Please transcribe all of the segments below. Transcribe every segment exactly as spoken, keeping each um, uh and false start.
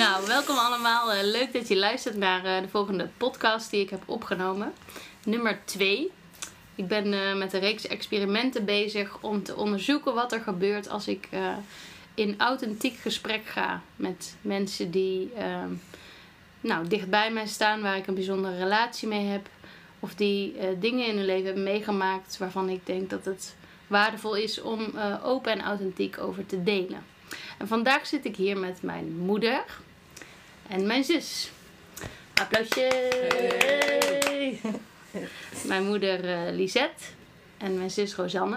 Nou, welkom allemaal. Uh, leuk dat je luistert naar uh, de volgende podcast die ik heb opgenomen. Nummer twee. Ik ben uh, met een reeks experimenten bezig om te onderzoeken wat er gebeurt als ik uh, in authentiek gesprek ga met mensen die uh, nou, dicht bij mij staan, waar ik een bijzondere relatie mee heb. Of die uh, dingen in hun leven hebben meegemaakt waarvan ik denk dat het waardevol is om uh, open en authentiek over te delen. En vandaag zit ik hier met mijn moeder en mijn zus. Applausje! Hey. Mijn moeder uh, Lisette en mijn zus Rosanne.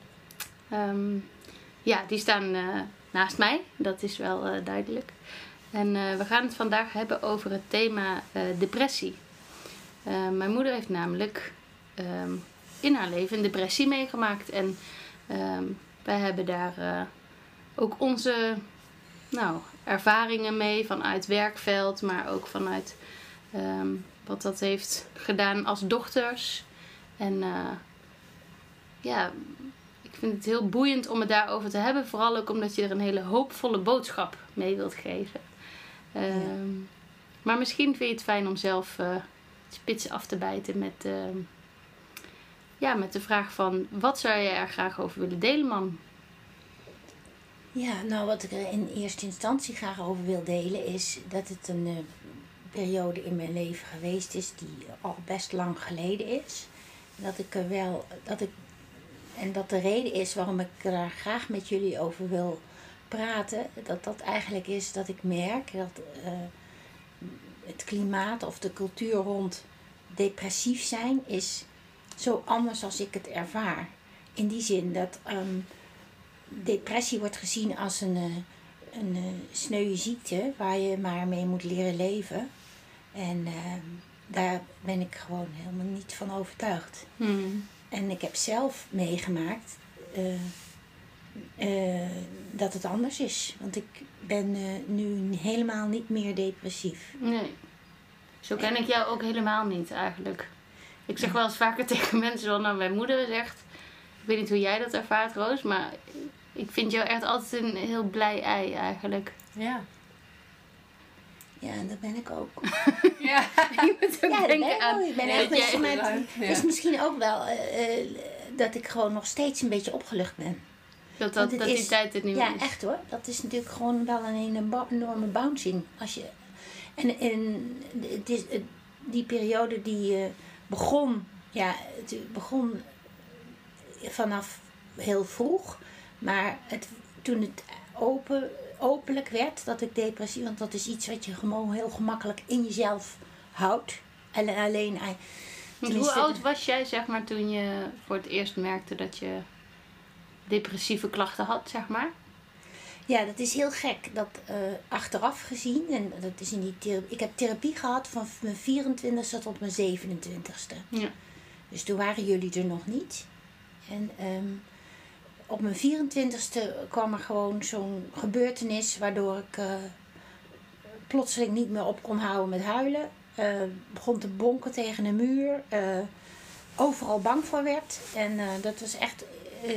Um, ja, die staan uh, naast mij. Dat is wel uh, duidelijk. En uh, we gaan het vandaag hebben over het thema uh, depressie. Uh, mijn moeder heeft namelijk um, in haar leven een depressie meegemaakt. En um, wij hebben daar uh, ook onze nou, ervaringen mee vanuit werkveld, maar ook vanuit um, wat dat heeft gedaan als dochters. En uh, ja, ik vind het heel boeiend om het daarover te hebben. Vooral ook omdat je er een hele hoopvolle boodschap mee wilt geven. Um, ja. Maar misschien vind je het fijn om zelf uh, spitsen af te bijten met, uh, ja, met de vraag van: wat zou je er graag over willen delen, mam? Ja, nou wat ik er in eerste instantie graag over wil delen is dat het een uh, periode in mijn leven geweest is die al best lang geleden is. Dat ik er wel, dat ik, en dat de reden is waarom ik daar graag met jullie over wil praten, dat dat eigenlijk is dat ik merk dat uh, het klimaat of de cultuur rond depressief zijn is zo anders als ik het ervaar. In die zin dat um, depressie wordt gezien als een, een, een sneuwe ziekte waar je maar mee moet leren leven. En uh, daar ben ik gewoon helemaal niet van overtuigd. Hmm. En ik heb zelf meegemaakt uh, uh, dat het anders is. Want ik ben uh, nu helemaal niet meer depressief. Nee. Zo ken ik jou ook helemaal niet eigenlijk. Ik zeg wel eens vaker tegen mensen, wat nou mijn moeder zegt. Ik weet niet hoe jij dat ervaart, Roos, maar ik vind jou echt altijd een heel blij ei eigenlijk. Ja. Ja, en dat ben ik ook. Ja, je moet ook ja, denken ben ik aan... ook. Ik ben Ja, echt jij- mensen met, Ja. Het is misschien ook wel uh, uh, dat ik gewoon nog steeds een beetje opgelucht ben. Dat, Want dat, het dat die is- tijd het niet Ja, meer is. echt hoor. Dat is natuurlijk gewoon wel een enorme, enorme bouncing. Als je, en en het is, het- die periode die uh, begon, ja, het begon vanaf heel vroeg. Maar het, toen het open, openlijk werd dat ik depressie, want dat is iets wat je gewoon heel gemakkelijk in jezelf houdt. En alleen, Want hoe tenminste, oud was jij, zeg maar, toen je voor het eerst merkte dat je depressieve klachten had, zeg maar? Ja, dat is heel gek. Dat uh, achteraf gezien, en dat is in die therapie, ik heb therapie gehad van mijn vierentwintigste tot mijn zevenentwintigste. Ja. Dus toen waren jullie er nog niet. En um, op mijn vierentwintigste kwam er gewoon zo'n gebeurtenis waardoor ik uh, plotseling niet meer op kon houden met huilen. Uh, begon te bonken tegen een muur. Uh, overal bang voor werd. En uh, dat was echt uh,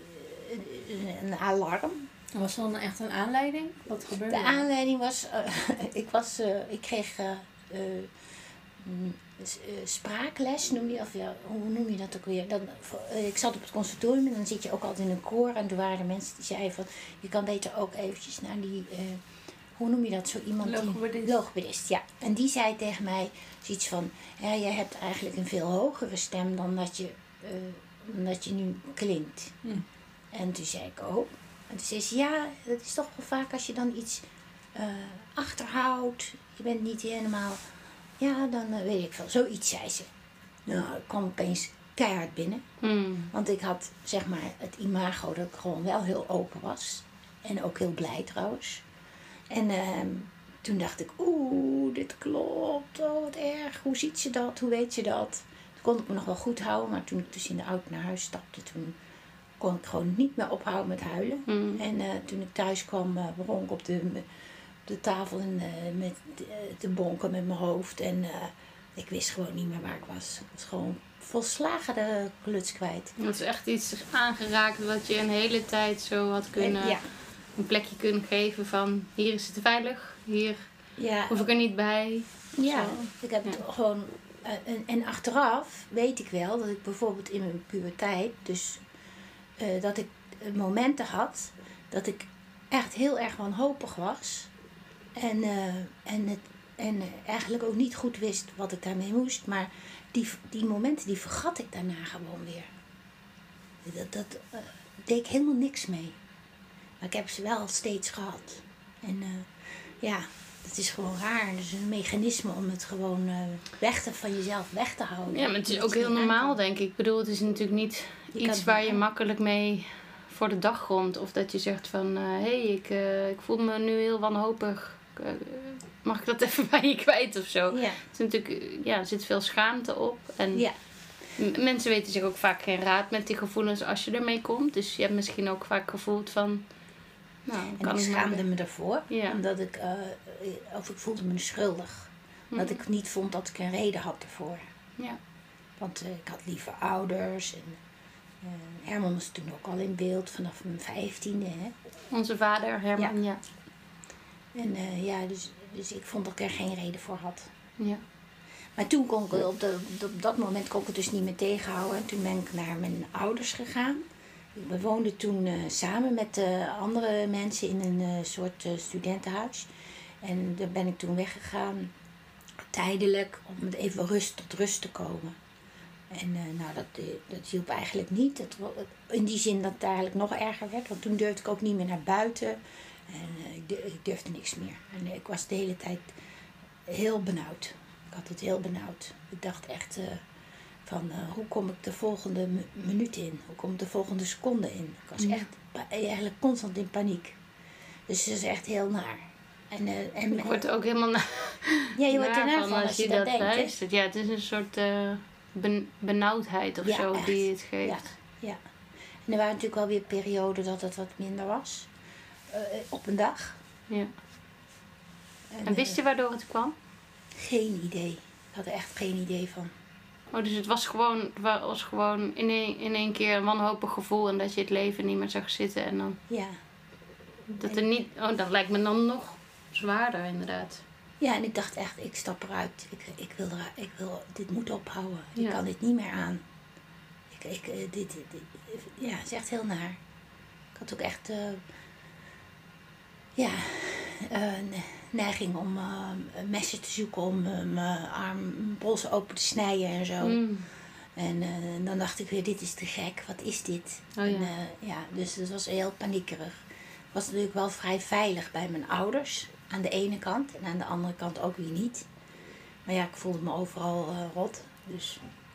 een alarm. Was er dan echt een aanleiding? Wat gebeurde De er? aanleiding was, uh, ik, was uh, ik kreeg uh, uh, mm, s- uh, spraakles, noem je, of ja, hoe noem je dat ook weer? Dan, uh, ik zat op het conservatorium en dan zit je ook altijd in een koor. En toen waren er mensen die zeiden van, je kan beter ook eventjes naar die, uh, hoe noem je dat, zo iemand Logopedist. die... Logopedist, ja. En die zei tegen mij zoiets van, ja, jij hebt eigenlijk een veel hogere stem dan dat je, uh, dan dat je nu klinkt. Hm. En toen zei ik, oh. En toen zei ze, ja, dat is toch wel vaak als je dan iets uh, achterhoudt. Je bent niet helemaal, ja, dan uh, weet ik veel. Zoiets zei ze. Nou, ik kwam opeens keihard binnen. Hmm. Want ik had, zeg maar, het imago dat ik gewoon wel heel open was. En ook heel blij trouwens. En uh, toen dacht ik, oeh, dit klopt. Oh, wat erg. Hoe ziet ze dat? Hoe weet ze dat? Toen kon ik me nog wel goed houden. Maar toen ik dus in de auto naar huis stapte, toen kon ik gewoon niet meer ophouden met huilen. Hmm. En uh, toen ik thuis kwam, uh, begon ik op de, op de tafel en, uh, met, uh, te bonken met mijn hoofd. En uh, ik wist gewoon niet meer waar ik was. Ik was gewoon volslagen de kluts kwijt. Dat is echt iets aangeraakt wat je een hele tijd zo had kunnen... En, ja, een plekje kunnen geven van hier is het veilig, hier Ja, hoef ik er niet bij. ja, Zo. ik heb Ja. gewoon... eh, en, en achteraf weet ik wel dat ik bijvoorbeeld in mijn puberteit... dus eh, dat ik eh, momenten had dat ik echt heel erg wanhopig was. En, eh, en, het, en eh, eigenlijk ook niet goed wist wat ik daarmee moest. Maar die, die momenten die vergat ik daarna gewoon weer. Dat, dat eh, deed ik helemaal niks mee. Maar ik heb ze wel steeds gehad. En eh, ja, dat is gewoon raar. Dat is een mechanisme om het gewoon eh, weg te, van jezelf weg te houden. Ja, maar het is Dat ook heel niet normaal, aankan. denk ik. Ik bedoel, het is natuurlijk niet Je iets kan- waar je makkelijk mee voor de dag komt. Of dat je zegt van, hé, hey, ik, eh, ik voel me nu heel wanhopig. Eh, mag ik dat even bij je kwijt of zo? Ja, Het is natuurlijk, eh, ja, er zit veel schaamte op. En ja. m- mensen weten zich ook vaak geen raad met die gevoelens als je ermee komt. Dus je hebt misschien ook vaak gevoeld van, nou, En kan ik ik schaamde maar... me ervoor. Ja. Omdat ik, eh, of ik voelde me schuldig. Dat Mhm. ik niet vond dat ik een reden had ervoor. Ja. Want eh, ik had lieve ouders. En eh, Herman was toen ook al in beeld vanaf mijn vijftiende. Hè? Onze vader, Herman, ja. En eh, ja, dus, dus ik vond dat ik er geen reden voor had. ja. Maar toen kon ik, op, de, op dat moment kon ik het dus niet meer tegenhouden. En toen ben ik naar mijn ouders gegaan. We woonden toen eh, samen met eh, andere mensen in een eh, soort eh, studentenhuis. En daar ben ik toen weggegaan, tijdelijk, om met even rust tot rust te komen. En eh, nou, dat, eh, dat hielp eigenlijk niet. Dat, wa- in die zin dat het eigenlijk nog erger werd. Want toen durfde ik ook niet meer naar buiten. En eh, ik, du- ik durfde niks meer. En eh, ik was de hele tijd heel benauwd. Ik had het heel benauwd. Ik dacht echt eh, van, eh, hoe kom ik de volgende mi- minuut in? Hoe kom ik de volgende seconde in? Ik was Ja. echt pa- eigenlijk constant in paniek. Dus het is echt heel naar. En, eh, en, Ik word er ook helemaal na- ja, je wordt naar ernaar van van als je dat denkt. hè? luistert. Ja, het is een soort eh, ben- benauwdheid of Ja, zo echt. die het geeft. Ja, ja. En er waren natuurlijk wel weer perioden dat het wat minder was. Eh, op een dag. Ja. En, En wist eh, je waardoor het kwam? geen idee. Ik had er echt geen idee van. Oh, dus het was gewoon, het wa- was gewoon in één, in één keer een wanhopig gevoel en dat je het leven niet meer zag zitten. En dan Ja. dat er niet, oh, dat lijkt me dan nog zwaarder inderdaad. Ja, en ik dacht echt, ik stap eruit. Ik, ik, wil, er, ik wil, dit moet ophouden. Ik Ja. kan dit niet meer aan. Ik, ik, eh, dit, dit, dit- ja, het is echt heel naar. Ik had ook echt, eh, ja, eh, een neiging om eh, een mesje te zoeken om eh, mijn arm, mijn pols open te snijden en zo. Mm. En eh, dan dacht ik weer, dit is te gek, wat is dit? Oh ja. En, eh, ja, dus het was heel paniekerig. Ik was natuurlijk wel vrij veilig bij mijn ouders, aan de ene kant. En aan de andere kant ook weer niet. Maar ja, ik voelde me overal eh, rot. Dus.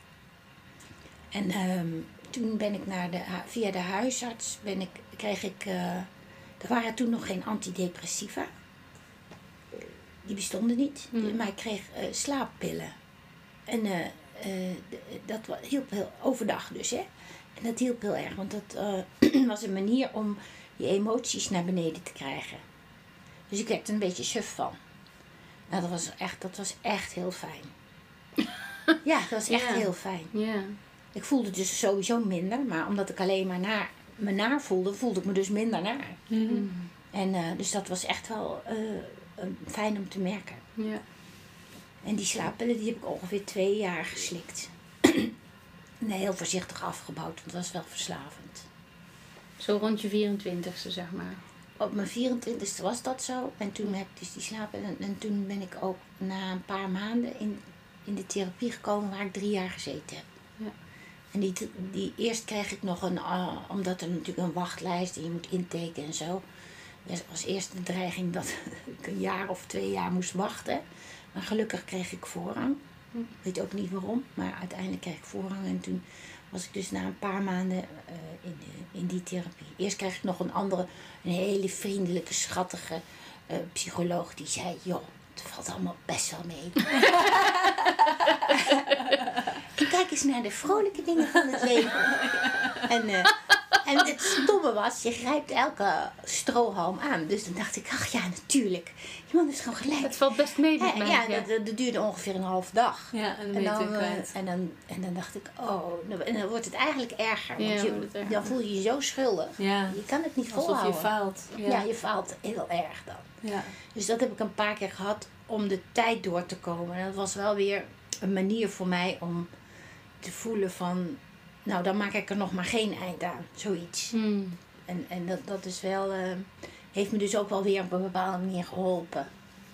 En ehm, toen ben ik naar de, hu- via de huisarts, ben ik, kreeg ik, eh, er waren toen nog geen antidepressiva. Die bestonden niet, Mm. maar ik kreeg eh, slaappillen. En eh, eh, d- dat wa- hielp heel, overdag dus, hè. En dat hielp heel erg, want dat eh, was een manier om je emoties naar beneden te krijgen. Dus ik werd er een beetje suf van. Nou, dat was echt, dat was echt heel fijn. Ja, dat was echt Ja. heel fijn. Ja. Ik voelde dus sowieso minder, maar omdat ik alleen maar naar, me naar voelde, voelde ik me dus minder naar. Mm. En eh, dus dat was echt wel eh, eh, fijn om te merken. Ja. En die slaappillen die heb ik ongeveer twee jaar geslikt. Nee, heel voorzichtig afgebouwd, want het was wel verslavend. Zo rond je vierentwintigste, zeg maar. Op mijn vierentwintigste was dat zo. En toen heb ik dus die slaappillen. En, en toen ben ik ook na een paar maanden in, in de therapie gekomen waar ik drie jaar gezeten heb. Ja. En die, die eerst kreeg ik nog een, uh, omdat er natuurlijk een wachtlijst en je moet intekenen en zo. Er was eerst de dreiging dat ik een jaar of twee jaar moest wachten. Maar gelukkig kreeg ik voorrang. Hm. Ik weet ook niet waarom, maar uiteindelijk kreeg ik voorrang. En toen was ik dus na een paar maanden uh, in, de, in die therapie. Eerst kreeg ik nog een andere, een hele vriendelijke, schattige uh, psycholoog die zei, joh, het valt allemaal best wel mee. Kijk eens naar de vrolijke dingen van het leven. En, uh, en het stomme was, je grijpt elke strohalm aan. Dus dan dacht ik, ach ja, natuurlijk. Je man is gewoon gelijk. Het valt best mee met Ja, mij. ja, Ja. dat, dat duurde ongeveer een half dag. Ja, en dan ben En je het dan, weer eh, kwijt. en, dan, en dan dacht ik, oh, en dan wordt het eigenlijk erger. Ja, Want wordt je, het erger. dan voel je je zo schuldig. Ja, Je kan het niet alsof je volhouden. faalt. Ja. je faalt heel erg dan. Ja. Dus dat heb ik een paar keer gehad. om de tijd door te komen. En dat was wel weer een manier voor mij om te voelen van... Nou, dan maak ik er nog maar geen eind aan. Zoiets. Hmm. En, en dat, dat is wel... Uh, heeft me dus ook wel weer op een bepaalde manier geholpen.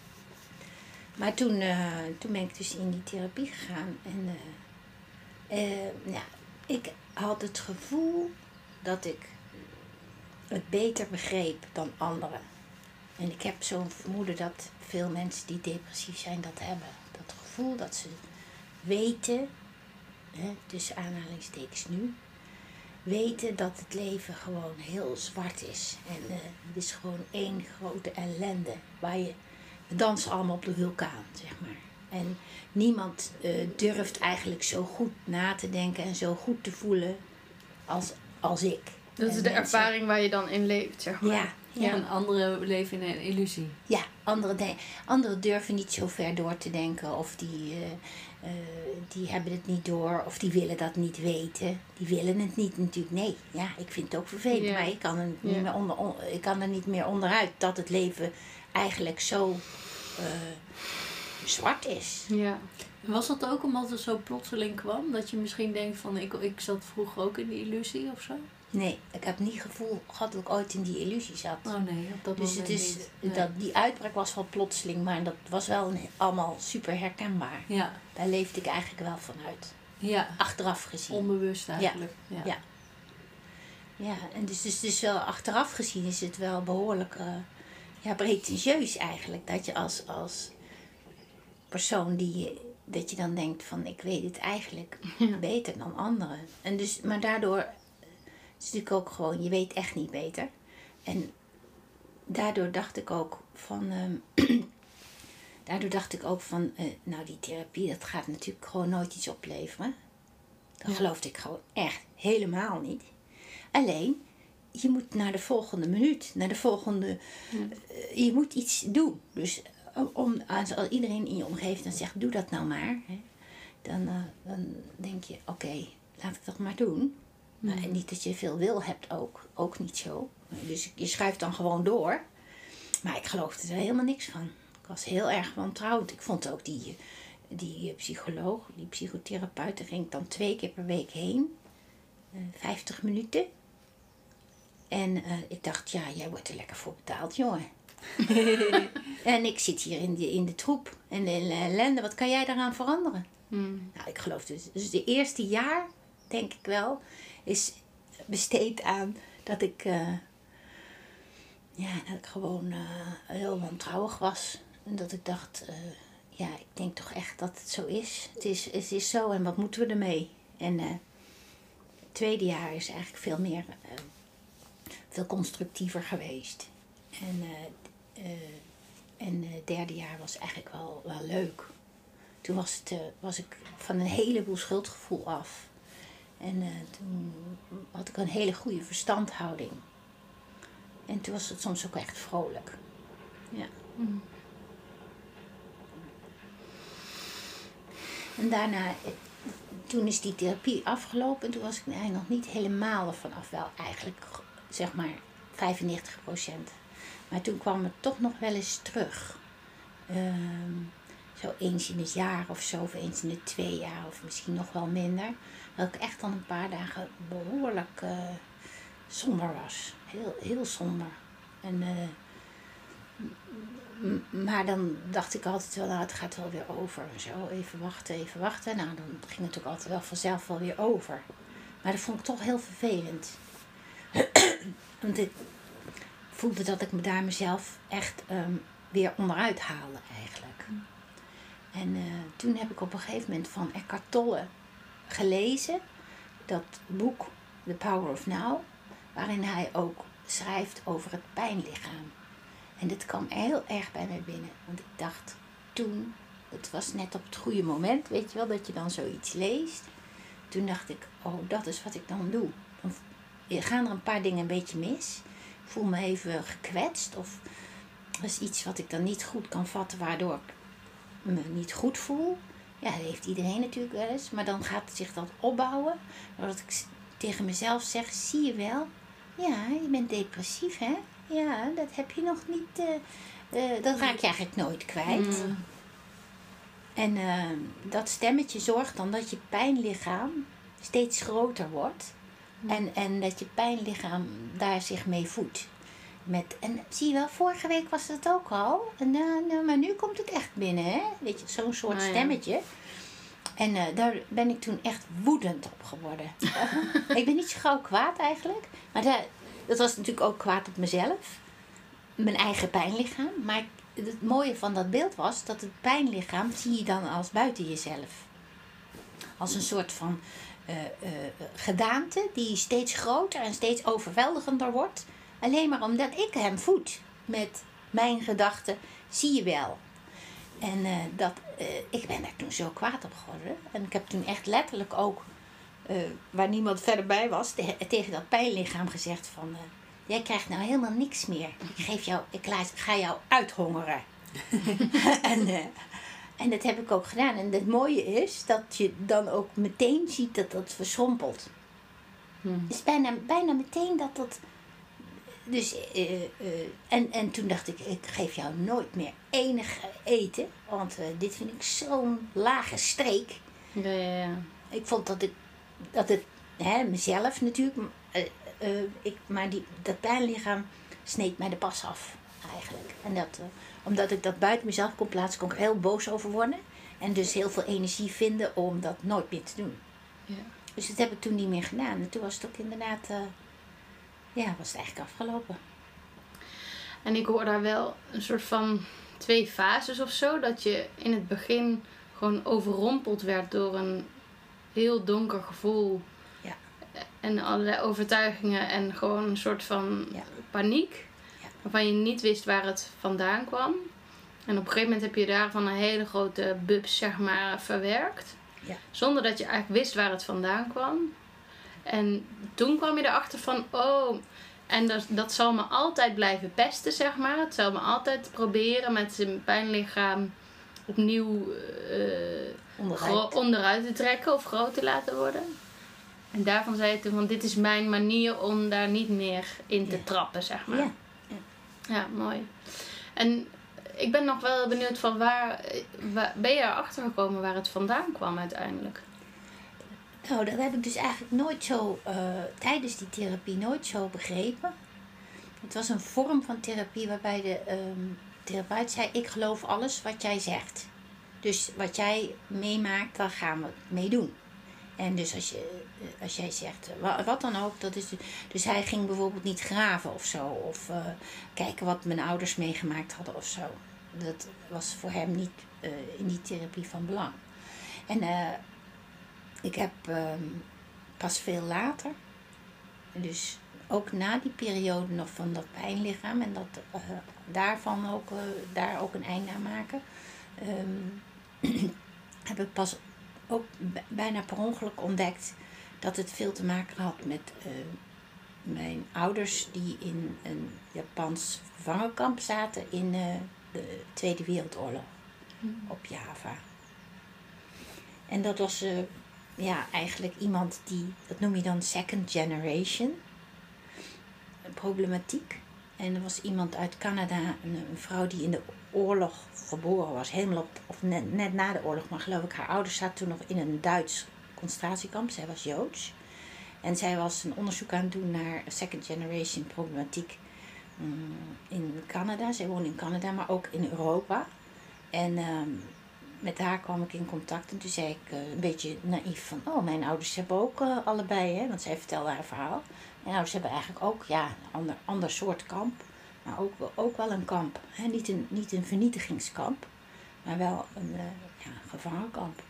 Maar toen, uh, toen ben ik dus in die therapie gegaan. En uh, uh, ja, ik had het gevoel dat ik het beter begreep dan anderen. En ik heb zo'n vermoeden dat veel mensen die depressief zijn dat hebben. Dat gevoel dat ze weten, hè, tussen aanhalingstekens nu, weten dat het leven gewoon heel zwart is. En uh, het is gewoon één grote ellende. Waar je, we dansen allemaal op de vulkaan, zeg maar. En niemand uh, durft eigenlijk zo goed na te denken en zo goed te voelen als, als ik. Dat is en de mensen, ervaring waar je dan in leeft, zeg maar. Ja, Ja, ja. en anderen leven in een illusie. Ja, anderen, de, anderen durven niet zo ver door te denken. Of die, uh, uh, die hebben het niet door. Of die willen dat niet weten. Die willen het niet natuurlijk. Nee, ja, ik vind het ook vervelend. Ja. Maar ik kan, er niet Ja. meer onder, on, ik kan er niet meer onderuit dat het leven eigenlijk zo uh, zwart is. Ja. Was dat ook omdat het zo plotseling kwam? Dat je misschien denkt van ik, ik zat vroeger ook in die illusie of zo? Nee, ik heb niet het gevoel gehad dat ik ooit in die illusie zat. Oh nee, op dat Dus moment het is, niet. Nee. dat, die uitbraak was wel plotseling, maar dat was wel een, allemaal super herkenbaar. Ja, Daar leefde ik eigenlijk wel vanuit. ja. Achteraf gezien. Onbewust eigenlijk. Ja. Ja. Ja, en dus, dus, dus wel achteraf gezien is het wel behoorlijk uh, ja, pretentieus eigenlijk. Dat je als, als persoon die, dat je dan denkt van ik weet het eigenlijk Ja. beter dan anderen. En dus, maar daardoor is het natuurlijk ook gewoon, je weet echt niet beter. En daardoor dacht ik ook van, um, daardoor dacht ik ook van, uh, nou die therapie dat gaat natuurlijk gewoon nooit iets opleveren. Dat Ja. geloofde ik gewoon echt helemaal niet. Alleen, je moet naar de volgende minuut, naar de volgende... Ja. Uh, je moet iets doen. Dus uh, om, als, als iedereen in je omgeving dan zegt, doe dat nou maar. Hè, dan, uh, dan denk je, oké, okay, laat ik dat maar doen. Maar Mm. niet dat je veel wil hebt ook. Ook niet zo. Dus je schuift dan gewoon door. Maar ik geloofde er helemaal niks van. Ik was heel erg wantrouwend. Ik vond ook die, die psycholoog, die psychotherapeut, daar ging ik dan twee keer per week heen. Uh, vijftig minuten. En uh, ik dacht, ja, jij wordt er lekker voor betaald, jongen. En ik zit hier in de, in de troep en in de ellende. Wat kan jij daaraan veranderen? Hmm. Nou, ik geloof dus. Dus de eerste jaar, denk ik wel, is besteed aan dat ik, uh, ja, dat ik gewoon uh, heel wantrouwig was. En dat ik dacht, uh, ja, ik denk toch echt dat het zo is. Het is, het is zo en wat moeten we ermee? En uh, het tweede jaar is eigenlijk veel meer, uh, veel constructiever geweest. En uh, uh, en het derde jaar was eigenlijk wel, wel leuk. Toen was, het, uh, was ik van een heleboel schuldgevoel af. En uh, toen had ik een hele goede verstandhouding. En toen was het soms ook echt vrolijk. Ja. Hmm. En daarna, toen is die therapie afgelopen. En toen was ik eigenlijk nog niet helemaal ervan af. Wel eigenlijk, zeg maar, vijfennegentig procent. Maar toen kwam het toch nog wel eens terug. Um, zo eens in het jaar of zo, of eens in de twee jaar, of misschien nog wel minder. Dat ik echt dan een paar dagen behoorlijk uh, somber was. Heel, heel somber. En, uh, m- maar dan dacht ik altijd wel, nou het gaat wel weer over. Zo, even wachten, even wachten. Nou, dan ging het ook altijd wel vanzelf wel weer over. Maar dat vond ik toch heel vervelend. Want ik voelde dat ik me daar mezelf echt um, weer onderuit haalde eigenlijk. Mm. En uh, toen heb ik op een gegeven moment van Eckhart Tolle gelezen. Dat boek The Power of Now. Waarin hij ook schrijft over het pijnlichaam. En dit kwam heel erg bij mij binnen. Want ik dacht toen, het was net op het goede moment. Weet je wel, dat je dan zoiets leest. Toen dacht ik, oh dat is wat ik dan doe. Dan gaan er een paar dingen een beetje mis. Ik voel me even gekwetst. Of er is iets wat ik dan niet goed kan vatten. Waardoor ik me niet goed voel. Ja, dat heeft iedereen natuurlijk wel eens. Maar dan gaat zich dat opbouwen. Doordat ik tegen mezelf zeg, zie je wel. Ja, je bent depressief hè. ja, dat heb je nog niet... Uh, uh, dat raak je eigenlijk nooit kwijt. Mm. En uh, dat stemmetje zorgt dan dat je pijnlichaam steeds groter wordt. Mm. En, en dat je pijnlichaam daar zich mee voedt. Met, en zie je wel, vorige week was het ook al. En, uh, nou, maar nu komt het echt binnen, hè? Weet je, zo'n soort nou ja. stemmetje. En uh, daar ben ik toen echt woedend op geworden. Ik ben niet zo gauw kwaad eigenlijk. Maar daar, dat was natuurlijk ook kwaad op mezelf. Mijn eigen pijnlichaam. Maar het mooie van dat beeld was dat het pijnlichaam zie je dan als buiten jezelf. Als een soort van uh, uh, gedaante die steeds groter en steeds overweldigender wordt. Alleen maar omdat ik hem voed met mijn gedachten, zie je wel. En uh, dat, uh, ik ben daar toen zo kwaad op geworden. En ik heb toen echt letterlijk ook, uh, waar niemand verder bij was, te, tegen dat pijnlichaam gezegd van... Uh, jij krijgt nou helemaal niks meer. Ik, geef jou, ik laat, ga jou uithongeren. en, uh, en dat heb ik ook gedaan. En het mooie is dat je dan ook meteen ziet dat dat verschrompelt. Hmm. Het is bijna, bijna meteen dat dat... Dus, uh, uh, en, en toen dacht ik, ik geef jou nooit meer enig eten. Want uh, dit vind ik zo'n lage streek. Ja, ja, ja. Ik vond dat, ik, dat het, hè, mezelf natuurlijk, uh, uh, ik, maar die, dat pijnlichaam sneed mij de pas af eigenlijk. En dat, uh, omdat ik dat buiten mezelf kon plaatsen, kon ik er heel boos over worden. En dus heel veel energie vinden om dat nooit meer te doen. Ja. Dus dat heb ik toen niet meer gedaan. En toen was het ook inderdaad... Uh, Ja, was het eigenlijk afgelopen. En ik hoor daar wel een soort van twee fases of zo. Dat je in het begin gewoon overrompeld werd door een heel donker gevoel. Ja. En allerlei overtuigingen en gewoon een soort van ja. paniek. Ja. Waarvan je niet wist waar het vandaan kwam. En op een gegeven moment heb je daarvan een hele grote bubs, zeg maar, verwerkt. Ja. Zonder dat je eigenlijk wist waar het vandaan kwam. En toen kwam je erachter van, oh, en dat, dat zal me altijd blijven pesten, zeg maar. Het zal me altijd proberen met zijn pijnlichaam opnieuw uh, onderuit. Gro- onderuit te trekken of groot te laten worden. En daarvan zei je toen, van dit is mijn manier om daar niet meer in te ja. trappen, zeg maar. Ja. Ja. Ja, mooi. En ik ben nog wel benieuwd van waar, waar ben je erachter gekomen waar het vandaan kwam uiteindelijk? Nou, dat heb ik dus eigenlijk nooit zo, uh, tijdens die therapie nooit zo begrepen. Het was een vorm van therapie waarbij de um, therapeut zei, ik geloof alles wat jij zegt. Dus wat jij meemaakt, daar gaan we mee doen. En dus als, je, als jij zegt, wat dan ook, dat is... Dus hij ging bijvoorbeeld niet graven of zo. Of uh, kijken wat mijn ouders meegemaakt hadden of zo. Dat was voor hem niet uh, in die therapie van belang. En... Uh, Ik heb um, pas veel later, dus ook na die periode nog van dat pijnlichaam en dat uh, daarvan ook, uh, daar ook een einde aan maken, um, heb ik pas ook b- bijna per ongeluk ontdekt dat het veel te maken had met uh, mijn ouders die in een Japans gevangenkamp zaten in uh, de Tweede Wereldoorlog mm. op Java. En dat was... Uh, Ja, eigenlijk iemand die, dat noem je dan second generation problematiek. En er was iemand uit Canada, een, een vrouw die in de oorlog geboren was. Helemaal op, of net, net na de oorlog, maar geloof ik, haar ouders zaten toen nog in een Duits concentratiekamp. Zij was Joods. En zij was een onderzoek aan het doen naar second generation problematiek um, in Canada. Zij woonde in Canada, maar ook in Europa. En... Um, Met haar kwam ik in contact en toen zei ik uh, een beetje naïef van... Oh, mijn ouders hebben ook uh, allebei, hè, want zij vertelde haar verhaal. Mijn ouders hebben eigenlijk ook, ja, een ander, ander soort kamp. Maar ook, ook wel een kamp. Hè? Niet, een, niet een vernietigingskamp, maar wel een uh, ja, gevangenkamp.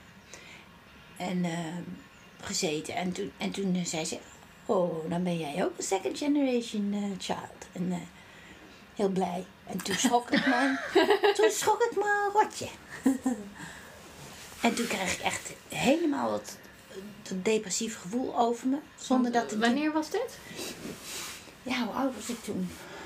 En uh, gezeten. En toen, en toen uh, zei ze... Oh, dan ben jij ook een second generation uh, child. En uh, heel blij. En toen schrok ik me, toen schrok ik me een rotje. En toen kreeg ik echt helemaal dat, dat depressief gevoel over me. Zonder dat het Wanneer die... was dit? Ja, hoe oud was ik toen?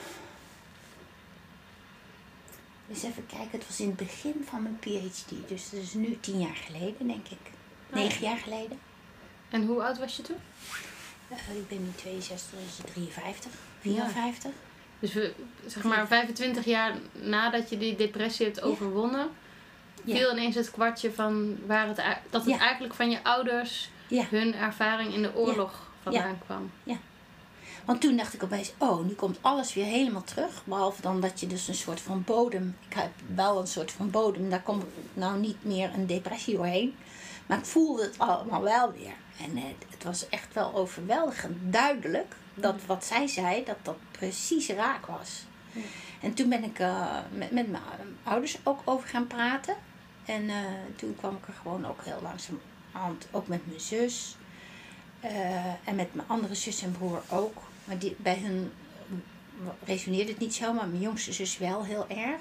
Dus even kijken, het was in het begin van mijn P H D. Dus dat is nu tien jaar geleden, denk ik. Negen jaar geleden. En hoe oud was je toen? Uh, ik ben nu tweeënzestig, dus drieënvijftig, vierenvijftig. Dus we, zeg maar vijfentwintig jaar nadat je die depressie hebt overwonnen, ja. viel ineens het kwartje van waar het, dat het ja. eigenlijk van je ouders, ja. hun ervaring in de oorlog ja. vandaan ja. kwam. Ja. Want toen dacht ik opeens, oh, nu komt alles weer helemaal terug. Behalve dan dat je dus een soort van bodem, ik heb wel een soort van bodem, daar komt nou niet meer een depressie doorheen. Maar ik voelde het allemaal wel weer. En het, het was echt wel overweldigend duidelijk dat wat zij zei, dat dat precies raak was. Ja. En toen ben ik uh, met, met mijn ouders ook over gaan praten. En uh, toen kwam ik er gewoon ook heel langzaam aan, ook met mijn zus. Uh, en met mijn andere zus en broer ook. Maar die, bij hun resoneerde het niet zo, maar mijn jongste zus wel heel erg.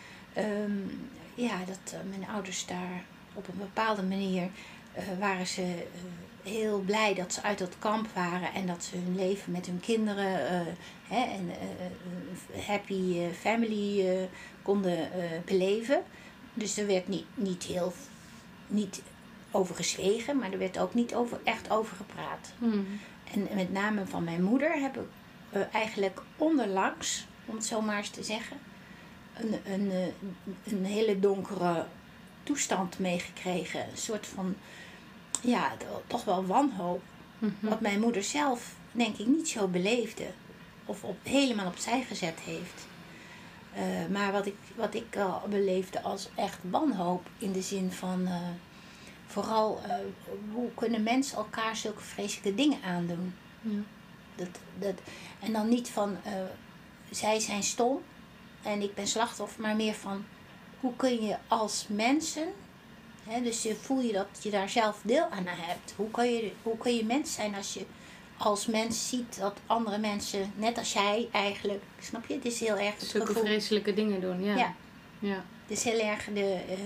Um, ja, dat uh, mijn ouders daar op een bepaalde manier uh, waren ze uh, heel blij dat ze uit dat kamp waren en dat ze hun leven met hun kinderen uh, hè, en uh, happy uh, family uh, konden uh, beleven. Dus er werd niet, niet heel niet over gezwegen, maar er werd ook niet over, echt over gepraat. Hmm. En met name van mijn moeder heb ik uh, eigenlijk onderlangs, om het zo maar eens te zeggen, een, een, een hele donkere toestand meegekregen. Een soort van, ja, toch wel wanhoop. Mm-hmm. Wat mijn moeder zelf, denk ik, niet zo beleefde. Of op, helemaal opzij gezet heeft. Uh, maar wat ik, wat ik uh, beleefde als echt wanhoop in de zin van, uh, vooral, uh, hoe kunnen mensen elkaar zulke vreselijke dingen aandoen? Ja. Dat, dat, en dan niet van, uh, zij zijn stom en ik ben slachtoffer, maar meer van, hoe kun je als mensen, hè, dus je, voel je dat je daar zelf deel aan hebt. Hoe kun je, hoe kun je mens zijn als je als mens ziet dat andere mensen, net als jij eigenlijk, snap je? Het is heel erg het zulke gevoel, vreselijke dingen doen, ja. Ja. ja. Het is heel erg de, uh,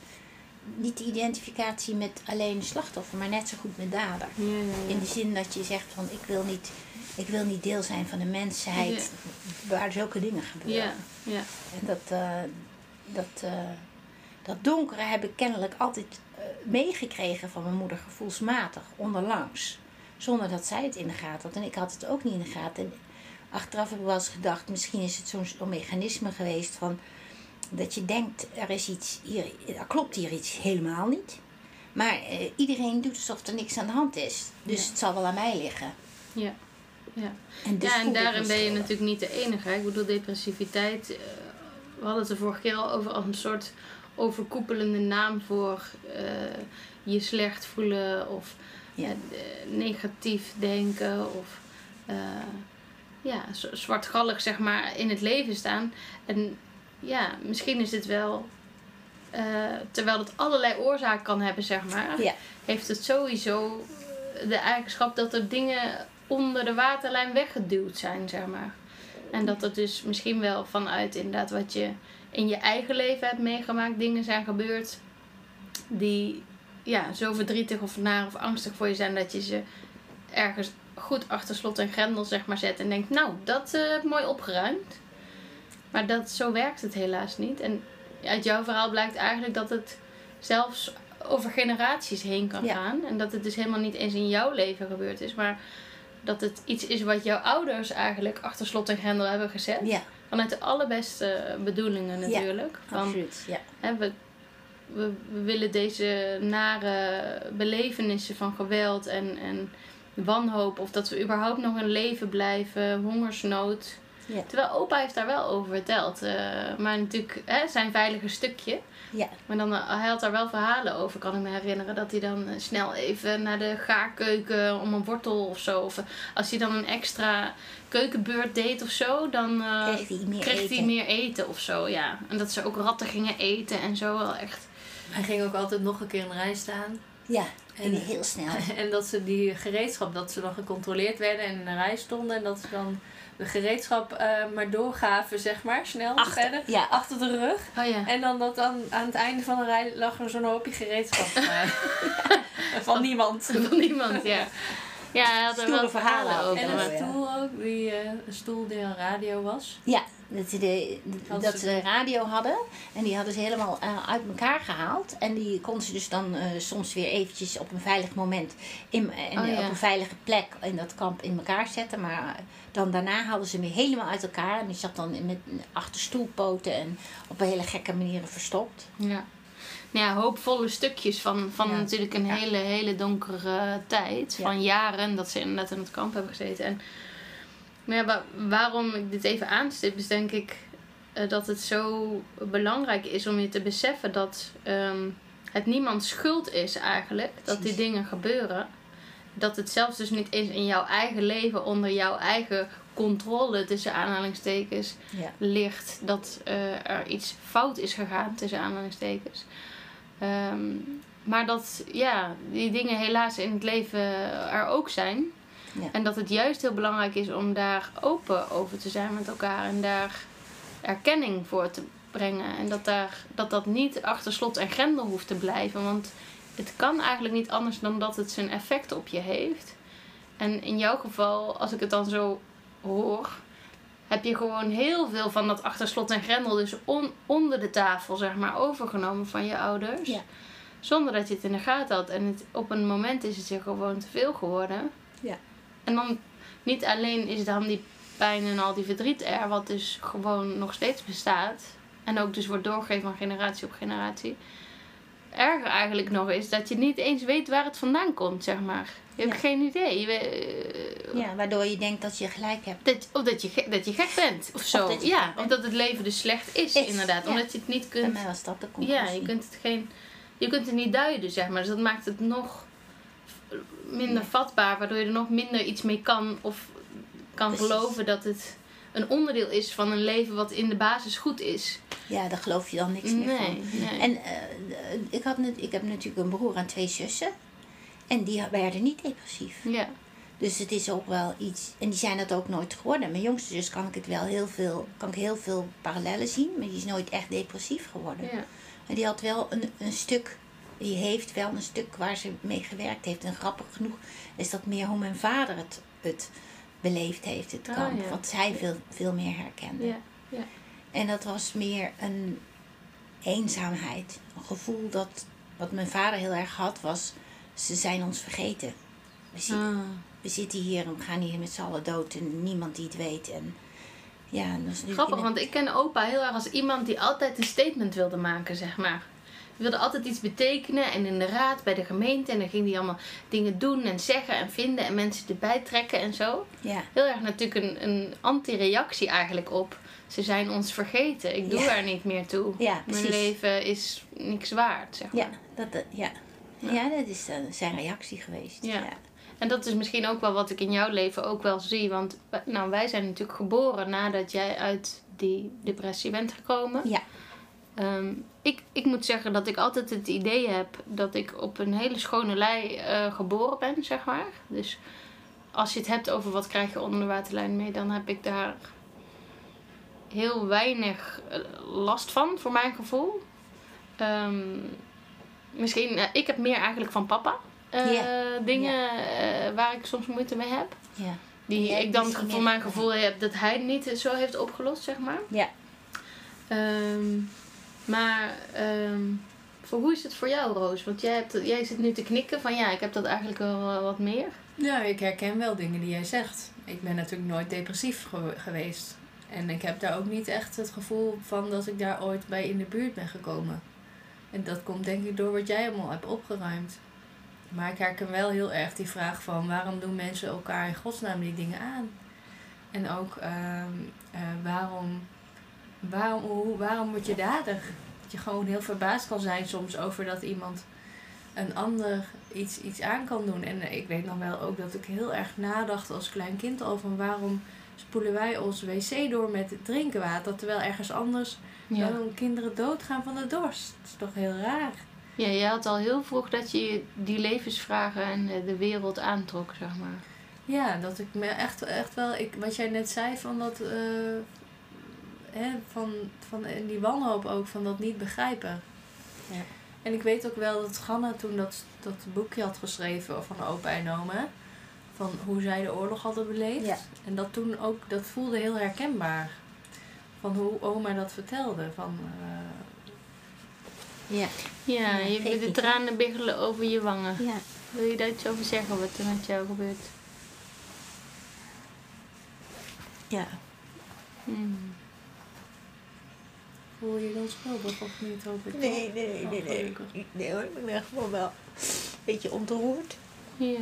niet de identificatie met alleen de slachtoffer, maar net zo goed met dader. Ja, ja, ja. In de zin dat je zegt van, ik wil niet, ik wil niet deel zijn van de mensheid ja. waar zulke dingen gebeuren. Ja, ja. En dat, uh, dat, uh, dat donkere heb ik kennelijk altijd uh, meegekregen van mijn moeder, gevoelsmatig, onderlangs. Zonder dat zij het in de gaten had. En ik had het ook niet in de gaten. En achteraf heb ik wel eens gedacht, misschien is het zo'n, zo'n mechanisme geweest van, dat je denkt, er is iets, hier, er klopt hier iets helemaal niet. Maar uh, iedereen doet alsof er niks aan de hand is. Dus ja. het zal wel aan mij liggen. Ja. Ja, en, dus ja, en daarin ben je natuurlijk niet de enige. Ik bedoel, depressiviteit, uh, we hadden het de vorige keer al over als een soort overkoepelende naam voor uh, je slecht voelen of ja. uh, negatief denken of uh, ja, zwartgallig zeg maar in het leven staan. En ja, misschien is het wel, uh, terwijl het allerlei oorzaken kan hebben zeg maar, ja. heeft het sowieso de eigenschap dat er dingen onder de waterlijn weggeduwd zijn, zeg maar. En dat het dus misschien wel vanuit inderdaad wat je in je eigen leven hebt meegemaakt, dingen zijn gebeurd die ja, zo verdrietig of naar of angstig voor je zijn dat je ze ergens goed achter slot en grendel zeg maar zet en denkt, nou, dat uh, heb ik mooi opgeruimd. Maar dat, zo werkt het helaas niet. En uit jouw verhaal blijkt eigenlijk dat het zelfs over generaties heen kan ja. gaan. En dat het dus helemaal niet eens in jouw leven gebeurd is, maar dat het iets is wat jouw ouders eigenlijk achter slot en grendel hebben gezet. Ja. Vanuit de allerbeste bedoelingen natuurlijk. Ja, absoluut. Ja. Hè, we, we, we willen deze nare belevenissen van geweld en, en wanhoop, of dat we überhaupt nog in leven blijven, hongersnood. Ja. Terwijl opa heeft daar wel over verteld. Uh, maar natuurlijk hè, zijn veilige stukje. Ja. Maar dan, uh, hij had daar wel verhalen over, kan ik me herinneren. Dat hij dan uh, snel even naar de gaarkeuken om een wortel of zo. Of uh, als hij dan een extra keukenbeurt deed of zo, dan uh, kreeg hij meer, kreeg eten. hij meer eten of zo. Ja. En dat ze ook ratten gingen eten en zo wel echt. Hij ging ook altijd nog een keer in de rij staan. Ja, en heel snel. En dat ze die gereedschap, dat ze dan gecontroleerd werden en in de rij stonden. En dat ze dan de gereedschap uh, maar doorgaven, zeg maar, snel achter, verder, ja. achter de rug. Oh, ja. En dan dat dan aan het einde van de rij lag er zo'n hoopje gereedschap uh, van niemand. Van niemand, ja. Ja, hij had er wel verhalen over. En een stoel ook, die, uh, een stoel die een radio was. Ja, Dat ze, de, Als dat ze- ze de radio hadden. En die hadden ze helemaal uh, uit elkaar gehaald. En die konden ze dus dan uh, soms weer eventjes op een veilig moment... In, en Oh, ja. op een veilige plek in dat kamp in elkaar zetten. Maar uh, dan daarna hadden ze hem weer helemaal uit elkaar. En die zat dan met achter stoelpoten en op een hele gekke manier verstopt. Ja. Nou ja, hoopvolle stukjes van, van Ja. natuurlijk een Ja. hele, hele donkere tijd. Ja. Van jaren dat ze inderdaad in het kamp hebben gezeten. En maar ja, wa- waarom ik dit even aanstip is denk ik uh, dat het zo belangrijk is om je te beseffen dat um, het niemands schuld is eigenlijk. Dat die Precies. dingen gebeuren. Dat het zelfs dus niet eens in jouw eigen leven onder jouw eigen controle tussen aanhalingstekens Ja. ligt dat uh, er iets fout is gegaan tussen aanhalingstekens. Um, maar dat ja, die dingen helaas in het leven er ook zijn. Ja. En dat het juist heel belangrijk is om daar open over te zijn met elkaar. En daar erkenning voor te brengen. En dat daar, dat, dat niet achter slot en grendel hoeft te blijven. Want het kan eigenlijk niet anders dan dat het zijn effect op je heeft. En in jouw geval, als ik het dan zo hoor, heb je gewoon heel veel van dat achter slot en grendel dus on, onder de tafel zeg maar overgenomen van je ouders. Ja. Zonder dat je het in de gaten had. En het, op een moment is het je gewoon te veel geworden. Ja. En dan niet alleen is dan die pijn en al die verdriet er, wat dus gewoon nog steeds bestaat. En ook dus wordt doorgegeven van generatie op generatie. Erger eigenlijk nog is dat je niet eens weet waar het vandaan komt, zeg maar. Je hebt Ja. geen idee. Je weet, uh, Ja, waardoor je denkt dat je gelijk hebt. dat, of dat je, ge- dat je gek bent, of zo. dat je ja, gek bent. of dat het leven dus slecht is, Is, inderdaad. ja. Omdat je het niet Bij kunt... mij was dat de conclusie. Ja, je kunt het geen... Je kunt het niet duiden, zeg maar. Dus dat maakt het nog minder Ja. vatbaar. Waardoor je er nog minder iets mee kan. Of kan Precies. geloven dat het een onderdeel is van een leven wat in de basis goed is. Ja, daar geloof je dan niks meer van. Nee, nee. En uh, ik, had net, ik heb natuurlijk een broer en twee zussen. En die werden niet depressief. Ja. Dus het is ook wel iets... En die zijn dat ook nooit geworden. Mijn jongste zus kan ik het wel heel veel... Kan ik heel veel parallellen zien. Maar die is nooit echt depressief geworden. Ja. En die had wel een, een stuk... Die heeft wel een stuk waar ze mee gewerkt heeft. En grappig genoeg is dat meer hoe mijn vader het, het beleefd heeft. Het Oh, kamp. ja. Wat zij veel, veel meer herkende. Ja. Ja. En dat was meer een eenzaamheid. Een gevoel dat... Wat mijn vader heel erg had was... Ze zijn ons vergeten. We, zit, Ah. we zitten hier en we gaan hier met z'n allen dood. En niemand die het weet. En ja, en dat is nu Grappig, in want ik ken opa heel erg als iemand die altijd een statement wilde maken, zeg maar. Die wilde altijd iets betekenen en in de raad bij de gemeente. En dan ging hij allemaal dingen doen en zeggen en vinden en mensen erbij trekken en zo. Ja, Heel erg natuurlijk een, een anti-reactie eigenlijk op. Ze zijn ons vergeten. Ik doe Ja. er niet meer toe. Ja, Mijn precies. leven is niks waard, zeg maar. ja, dat, dat- ja. Ja. ja, dat is uh, zijn reactie geweest. Ja. Ja. En dat is misschien ook wel wat ik in jouw leven ook wel zie. Want wij- nou, wij zijn natuurlijk geboren nadat jij uit die depressie bent gekomen. Ja. Ehm, ik, ik moet zeggen dat ik altijd het idee heb dat ik op een hele schone lei eh, geboren ben, zeg maar. Dus als je het hebt over wat krijg je onder de waterlijn mee, dan heb ik daar heel weinig eh, last van, voor mijn gevoel. Ehm, misschien, eh, ik heb meer eigenlijk van papa eh, Ja. dingen eh, waar ik soms moeite mee heb. Ja. Die Jij ik dan misschien voor meer- mijn gevoel heb dat hij niet zo heeft opgelost, zeg maar. Ja. Ehm, maar ehm, voor hoe is het voor jou, Roos? Want jij, hebt, jij zit nu te knikken van ja, ik heb dat eigenlijk wel eh, wat meer. Ja, ik herken wel dingen die jij zegt. Ik ben natuurlijk nooit depressief ge- geweest. En ik heb daar ook niet echt het gevoel van dat ik daar ooit bij in de buurt ben gekomen. En dat komt denk ik door wat jij allemaal hebt opgeruimd. Maar ik herken wel heel erg die vraag van waarom doen mensen elkaar in godsnaam die dingen aan? En ook ehm, eh, waarom, waarom, hoe, waarom word je dader? Dat je gewoon heel verbaasd kan zijn soms over dat iemand een ander iets, iets aan kan doen. En eh, ik weet nog wel ook dat ik heel erg nadacht als klein kind al van waarom spoelen wij ons wc door met drinkwater terwijl ergens anders Ja. dan kinderen doodgaan van de dorst. Dat is toch heel raar? ja, je had al heel vroeg dat je die levensvragen en eh, de wereld aantrok, zeg maar. Ja, dat ik me echt, echt wel, ik, wat jij net zei van dat, eh, hè, van, van en die wanhoop ook, van dat niet begrijpen. Ja. En ik weet ook wel dat Ganna toen dat, dat boekje had geschreven van opa en oma, van hoe zij de oorlog hadden beleefd. Ja. En dat toen ook, dat voelde heel herkenbaar. van hoe oma dat vertelde. Van, uh... Ja. Ja, Ja, je, geeft de niet, tranen biggelen over je wangen. Ja. Wil je daar iets over zeggen wat er met jou gebeurt? Ja. Hmm. Voel je dan schuldig of niet? Hoop ik Nee, toch? nee, nee, Oh, nee, nee. gelukkig. Nee hoor, ik ben gewoon wel een beetje ontroerd. Ja.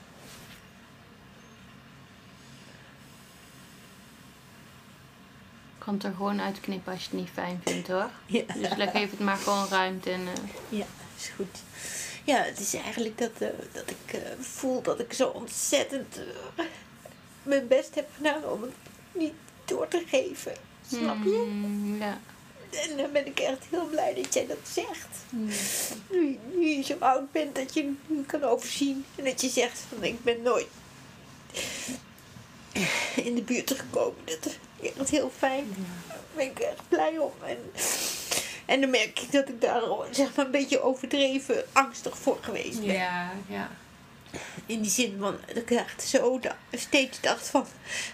Ik kan het er gewoon uitknippen als je het niet fijn vindt hoor. Ja. Dus leg even het maar gewoon ruimte en... Uh... Ja, is goed. Ja, het is eigenlijk dat, uh, dat ik uh, voel dat ik zo ontzettend uh, mijn best heb gedaan om het niet door te geven. Snap je? Mm, ja. En dan ben ik echt heel blij dat jij dat zegt. Mm. Nu, nu je zo oud bent, dat je nu kan overzien. En dat je zegt van ik ben nooit in de buurt gekomen. Dat is echt heel fijn. Daar ben ik echt blij om. En, en dan merk ik dat ik daar zeg maar een beetje overdreven angstig voor geweest ben. Ja, ja. In die zin van dat ik echt zo da- steeds dacht van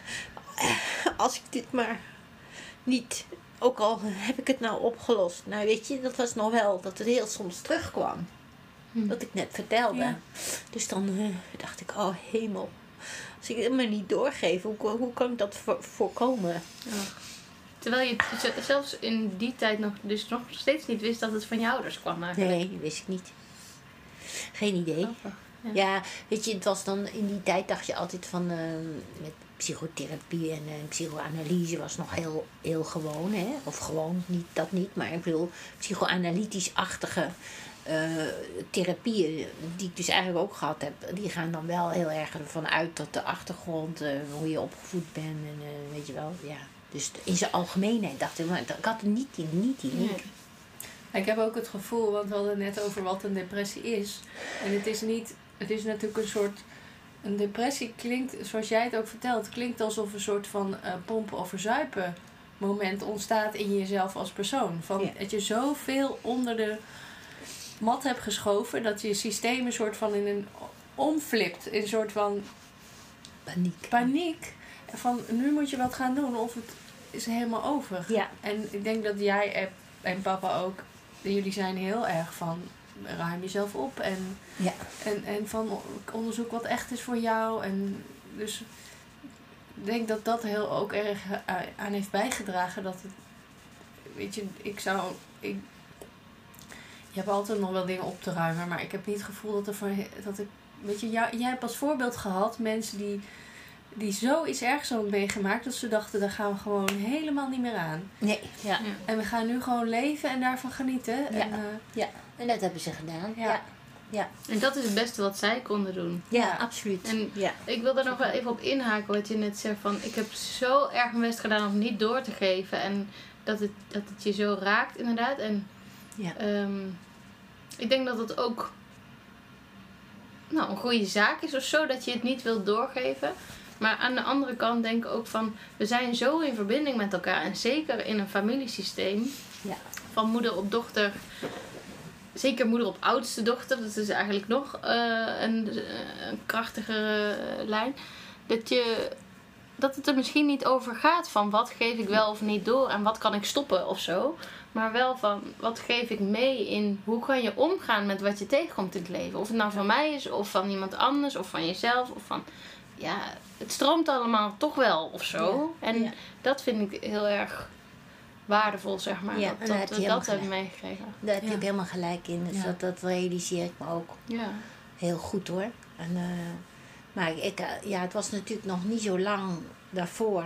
als ik dit maar niet, ook al heb ik het nou opgelost. Nou weet je, dat was nog wel dat het heel soms terugkwam. Hm. Dat ik net vertelde. Ja. Dus dan uh, dacht ik, oh hemel. Als ik het maar niet doorgeef, hoe, hoe kan ik dat voor, voorkomen? Ach. Terwijl je t- zelfs in die tijd nog, dus nog steeds niet wist dat het van je ouders kwam eigenlijk. Nee, wist ik niet. Geen idee. Grappig. Ja. Ja, weet je, het was dan in die tijd dacht je altijd van uh, met psychotherapie en uh, psychoanalyse was nog heel, heel gewoon, hè? Of gewoon, niet, dat niet, maar ik bedoel psychoanalytisch-achtige uh, therapieën die ik dus eigenlijk ook gehad heb, die gaan dan wel heel erg ervan uit dat de achtergrond, uh, hoe je opgevoed bent en uh, weet je wel, ja. Dus in zijn algemeenheid dacht ik, maar ik had het niet in, niet in. Nee. Ik heb ook het gevoel, want we hadden net over wat een depressie is. En het is niet, het is natuurlijk een soort, een depressie klinkt, zoals jij het ook vertelt, klinkt alsof een soort van uh, pompen of verzuipen moment ontstaat in jezelf als persoon. Van Ja. dat je zoveel onder de mat hebt geschoven, dat je systeem een soort van in een omflipt, in een soort van Paniek. paniek. Van nu moet je wat gaan doen of het is helemaal over. Ja. En ik denk dat jij en, en papa ook, jullie zijn heel erg van ruim jezelf op en, Ja. en, en van onderzoek wat echt is voor jou. En dus ik denk dat dat heel ook erg aan heeft bijgedragen dat het, weet je, ik zou, ik, je hebt altijd nog wel dingen op te ruimen, maar ik heb niet het gevoel dat er voor, dat ik, weet je, jij, jij hebt als voorbeeld gehad mensen die die zoiets ergs hebben meegemaakt dat ze dachten, daar gaan we gewoon helemaal niet meer aan. Nee, ja. Ja. En we gaan nu gewoon leven en daarvan genieten. Ja. En, uh, Ja, en dat hebben ze gedaan. Ja. Ja, ja. En dat is het beste wat zij konden doen. ja, Ja. absoluut. En ja. ik wil daar nog wel even op inhaken wat je net zegt van ik heb zo erg mijn best gedaan om niet door te geven en dat het, dat het je zo raakt inderdaad. En Ja. um, ik denk dat het ook nou, een goede zaak is of zo dat je het niet wilt doorgeven. Maar aan de andere kant denk ik ook van we zijn zo in verbinding met elkaar en zeker in een familiesysteem Ja. van moeder op dochter. Zeker moeder op oudste dochter, dat is eigenlijk nog uh, een, een krachtigere uh, lijn. Dat, je, dat het er misschien niet over gaat van wat geef ik wel of niet door en wat kan ik stoppen of zo. Maar wel van wat geef ik mee in hoe kan je omgaan met wat je tegenkomt in het leven. Of het nou van mij is of van iemand anders of van jezelf. Of van, ja, het stroomt allemaal toch wel of zo. Ja. En Ja. dat vind ik heel erg waardevol, zeg maar. Ja, dat en daar dat heb we je dat helemaal hebben meegekregen. Daar heb je Ja. ook helemaal gelijk in. Dus Ja. dat, dat realiseer ik me ook Ja. heel goed hoor. En, uh, maar ik, uh, ja, het was natuurlijk nog niet zo lang daarvoor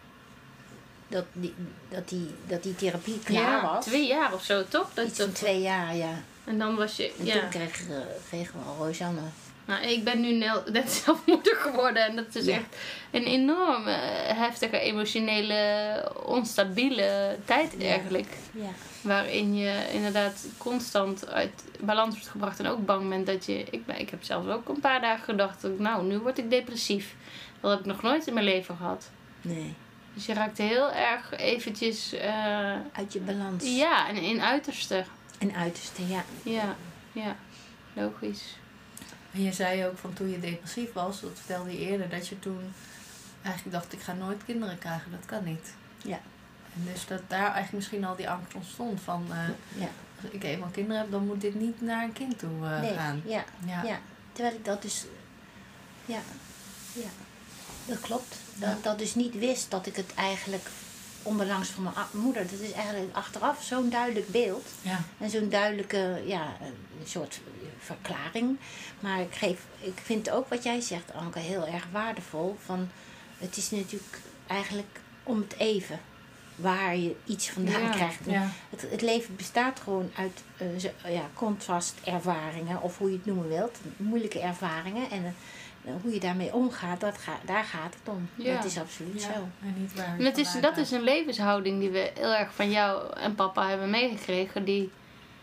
dat die, dat die, dat die therapie klaar ja, was. twee jaar of zo, toch? Dat, Iets van dat- twee jaar, ja. En dan was je... En Ja. toen kreeg, uh, kregen we al Rosanne. Nou, ik ben nu nel- net zelf moeder geworden. En dat is Ja. echt een enorm uh, heftige, emotionele, onstabiele tijd Ja. eigenlijk. Ja. Waarin je inderdaad constant uit balans wordt gebracht. En ook bang bent dat je... Ik, ben, ik heb zelfs ook een paar dagen gedacht. Dat ik, nou, nu word ik depressief. Dat heb ik nog nooit in mijn leven gehad. Nee, Dus je raakt heel erg eventjes... uh, uit je balans. ja, en in uiterste. En uiterste, ja. Ja, ja. Logisch. En je zei ook van toen je depressief was, dat vertelde je eerder, dat je toen eigenlijk dacht ik ga nooit kinderen krijgen, dat kan niet. Ja. En dus dat daar eigenlijk misschien al die angst ontstond van... Uh, ja. Als ik eenmaal kinderen heb, dan moet dit niet naar een kind toe uh, nee, gaan. Ja, ja. ja, terwijl ik dat dus... Ja, ja. Dat klopt. Ja. Dat, dat dus niet wist dat ik het eigenlijk... Onderlangs van mijn moeder. Dat is eigenlijk achteraf zo'n duidelijk beeld. Ja. En zo'n duidelijke, ja, een soort verklaring. Maar ik, geef, ik vind ook wat jij zegt, Anke, heel erg waardevol. Van, het is natuurlijk eigenlijk om het even waar je iets vandaan ja. krijgt. Ja. Het, het leven bestaat gewoon uit uh, zo, ja, contrastervaringen, of hoe je het noemen wilt. Moeilijke ervaringen. En uh, hoe je daarmee omgaat, dat ga, daar gaat het om. Ja. Dat is absoluut ja. zo. En niet waar en het is, dat is een levenshouding die we heel erg van jou en papa hebben meegekregen. Die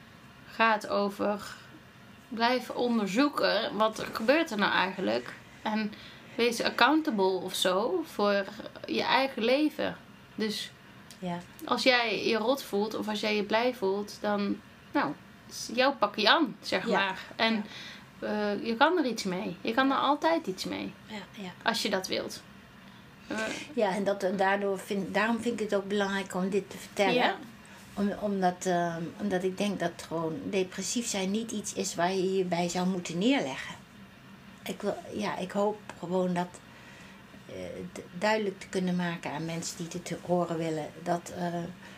gaat over blijven onderzoeken. Wat gebeurt er nou eigenlijk? En wees accountable of zo voor je eigen leven. Dus ja. als jij je rot voelt of als jij je blij voelt, dan, nou, jouw pakje aan, zeg ja. maar. En ja. Uh, je kan er iets mee. Je kan er altijd iets mee. Ja, ja. Als je dat wilt. Uh, ja, en dat, daardoor vind, daarom vind ik het ook belangrijk om dit te vertellen. Ja. Om, omdat, uh, omdat ik denk dat gewoon depressief zijn niet iets is waar je je bij zou moeten neerleggen. Ik, wil, ja, ik hoop gewoon dat uh, duidelijk te kunnen maken aan mensen die dit te horen willen. Dat, uh,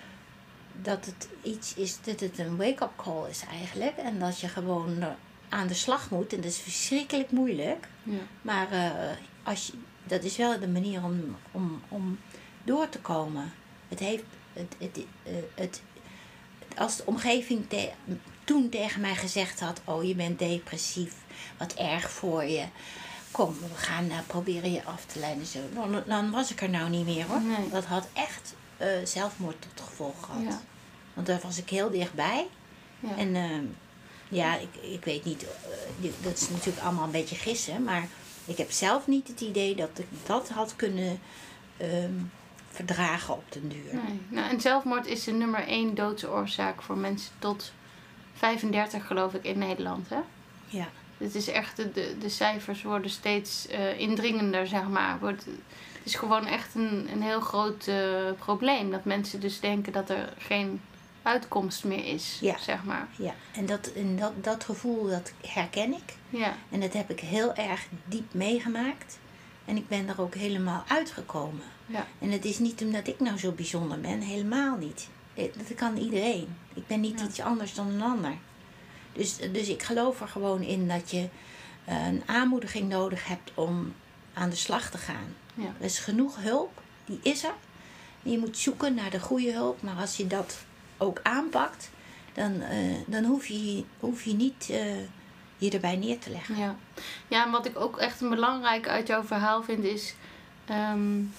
dat het iets is, dat het een wake-up call is eigenlijk. En dat je gewoon uh, aan de slag moet. En dat is verschrikkelijk moeilijk. Ja. Maar uh, als je, dat is wel de manier om, om, om door te komen. Het heeft... Het, het, uh, het, als de omgeving te, toen tegen mij gezegd had... oh, je bent depressief, wat erg voor je. Kom, we gaan uh, proberen je af te leiden. Zo. Dan, dan was ik er nou niet meer, hoor. Nee. Dat had echt uh, zelfmoord tot gevolg gehad. Ja. Want daar was ik heel dichtbij. Ja. En uh, ja, ik, ik weet niet... Uh, dat is natuurlijk allemaal een beetje gissen. Maar ik heb zelf niet het idee dat ik dat had kunnen... Um, verdragen op den duur. Nee. Nou, en zelfmoord is de nummer één doodsoorzaak voor mensen tot vijfendertig, geloof ik, in Nederland. Hè? Ja. Het is echt, de, de, de cijfers worden steeds uh, indringender, zeg maar. Wordt, het is gewoon echt een, een heel groot uh, probleem. Dat mensen dus denken dat er geen uitkomst meer is, ja. zeg maar. Ja, en, dat, en dat, dat gevoel, dat herken ik. Ja. En dat heb ik heel erg diep meegemaakt. En ik ben er ook helemaal uitgekomen. Ja. En het is niet omdat ik nou zo bijzonder ben, helemaal niet. Dat kan iedereen. Ik ben niet ja. iets anders dan een ander. Dus, dus ik geloof er gewoon in dat je uh, een aanmoediging nodig hebt om aan de slag te gaan. Ja. Er is genoeg hulp, die is er. En je moet zoeken naar de goede hulp. Maar als je dat ook aanpakt, dan, uh, dan hoef, je, hoef je niet... Uh, je erbij neer te leggen. Ja. Ja, en wat ik ook echt een belangrijk uit jouw verhaal vind is... Um,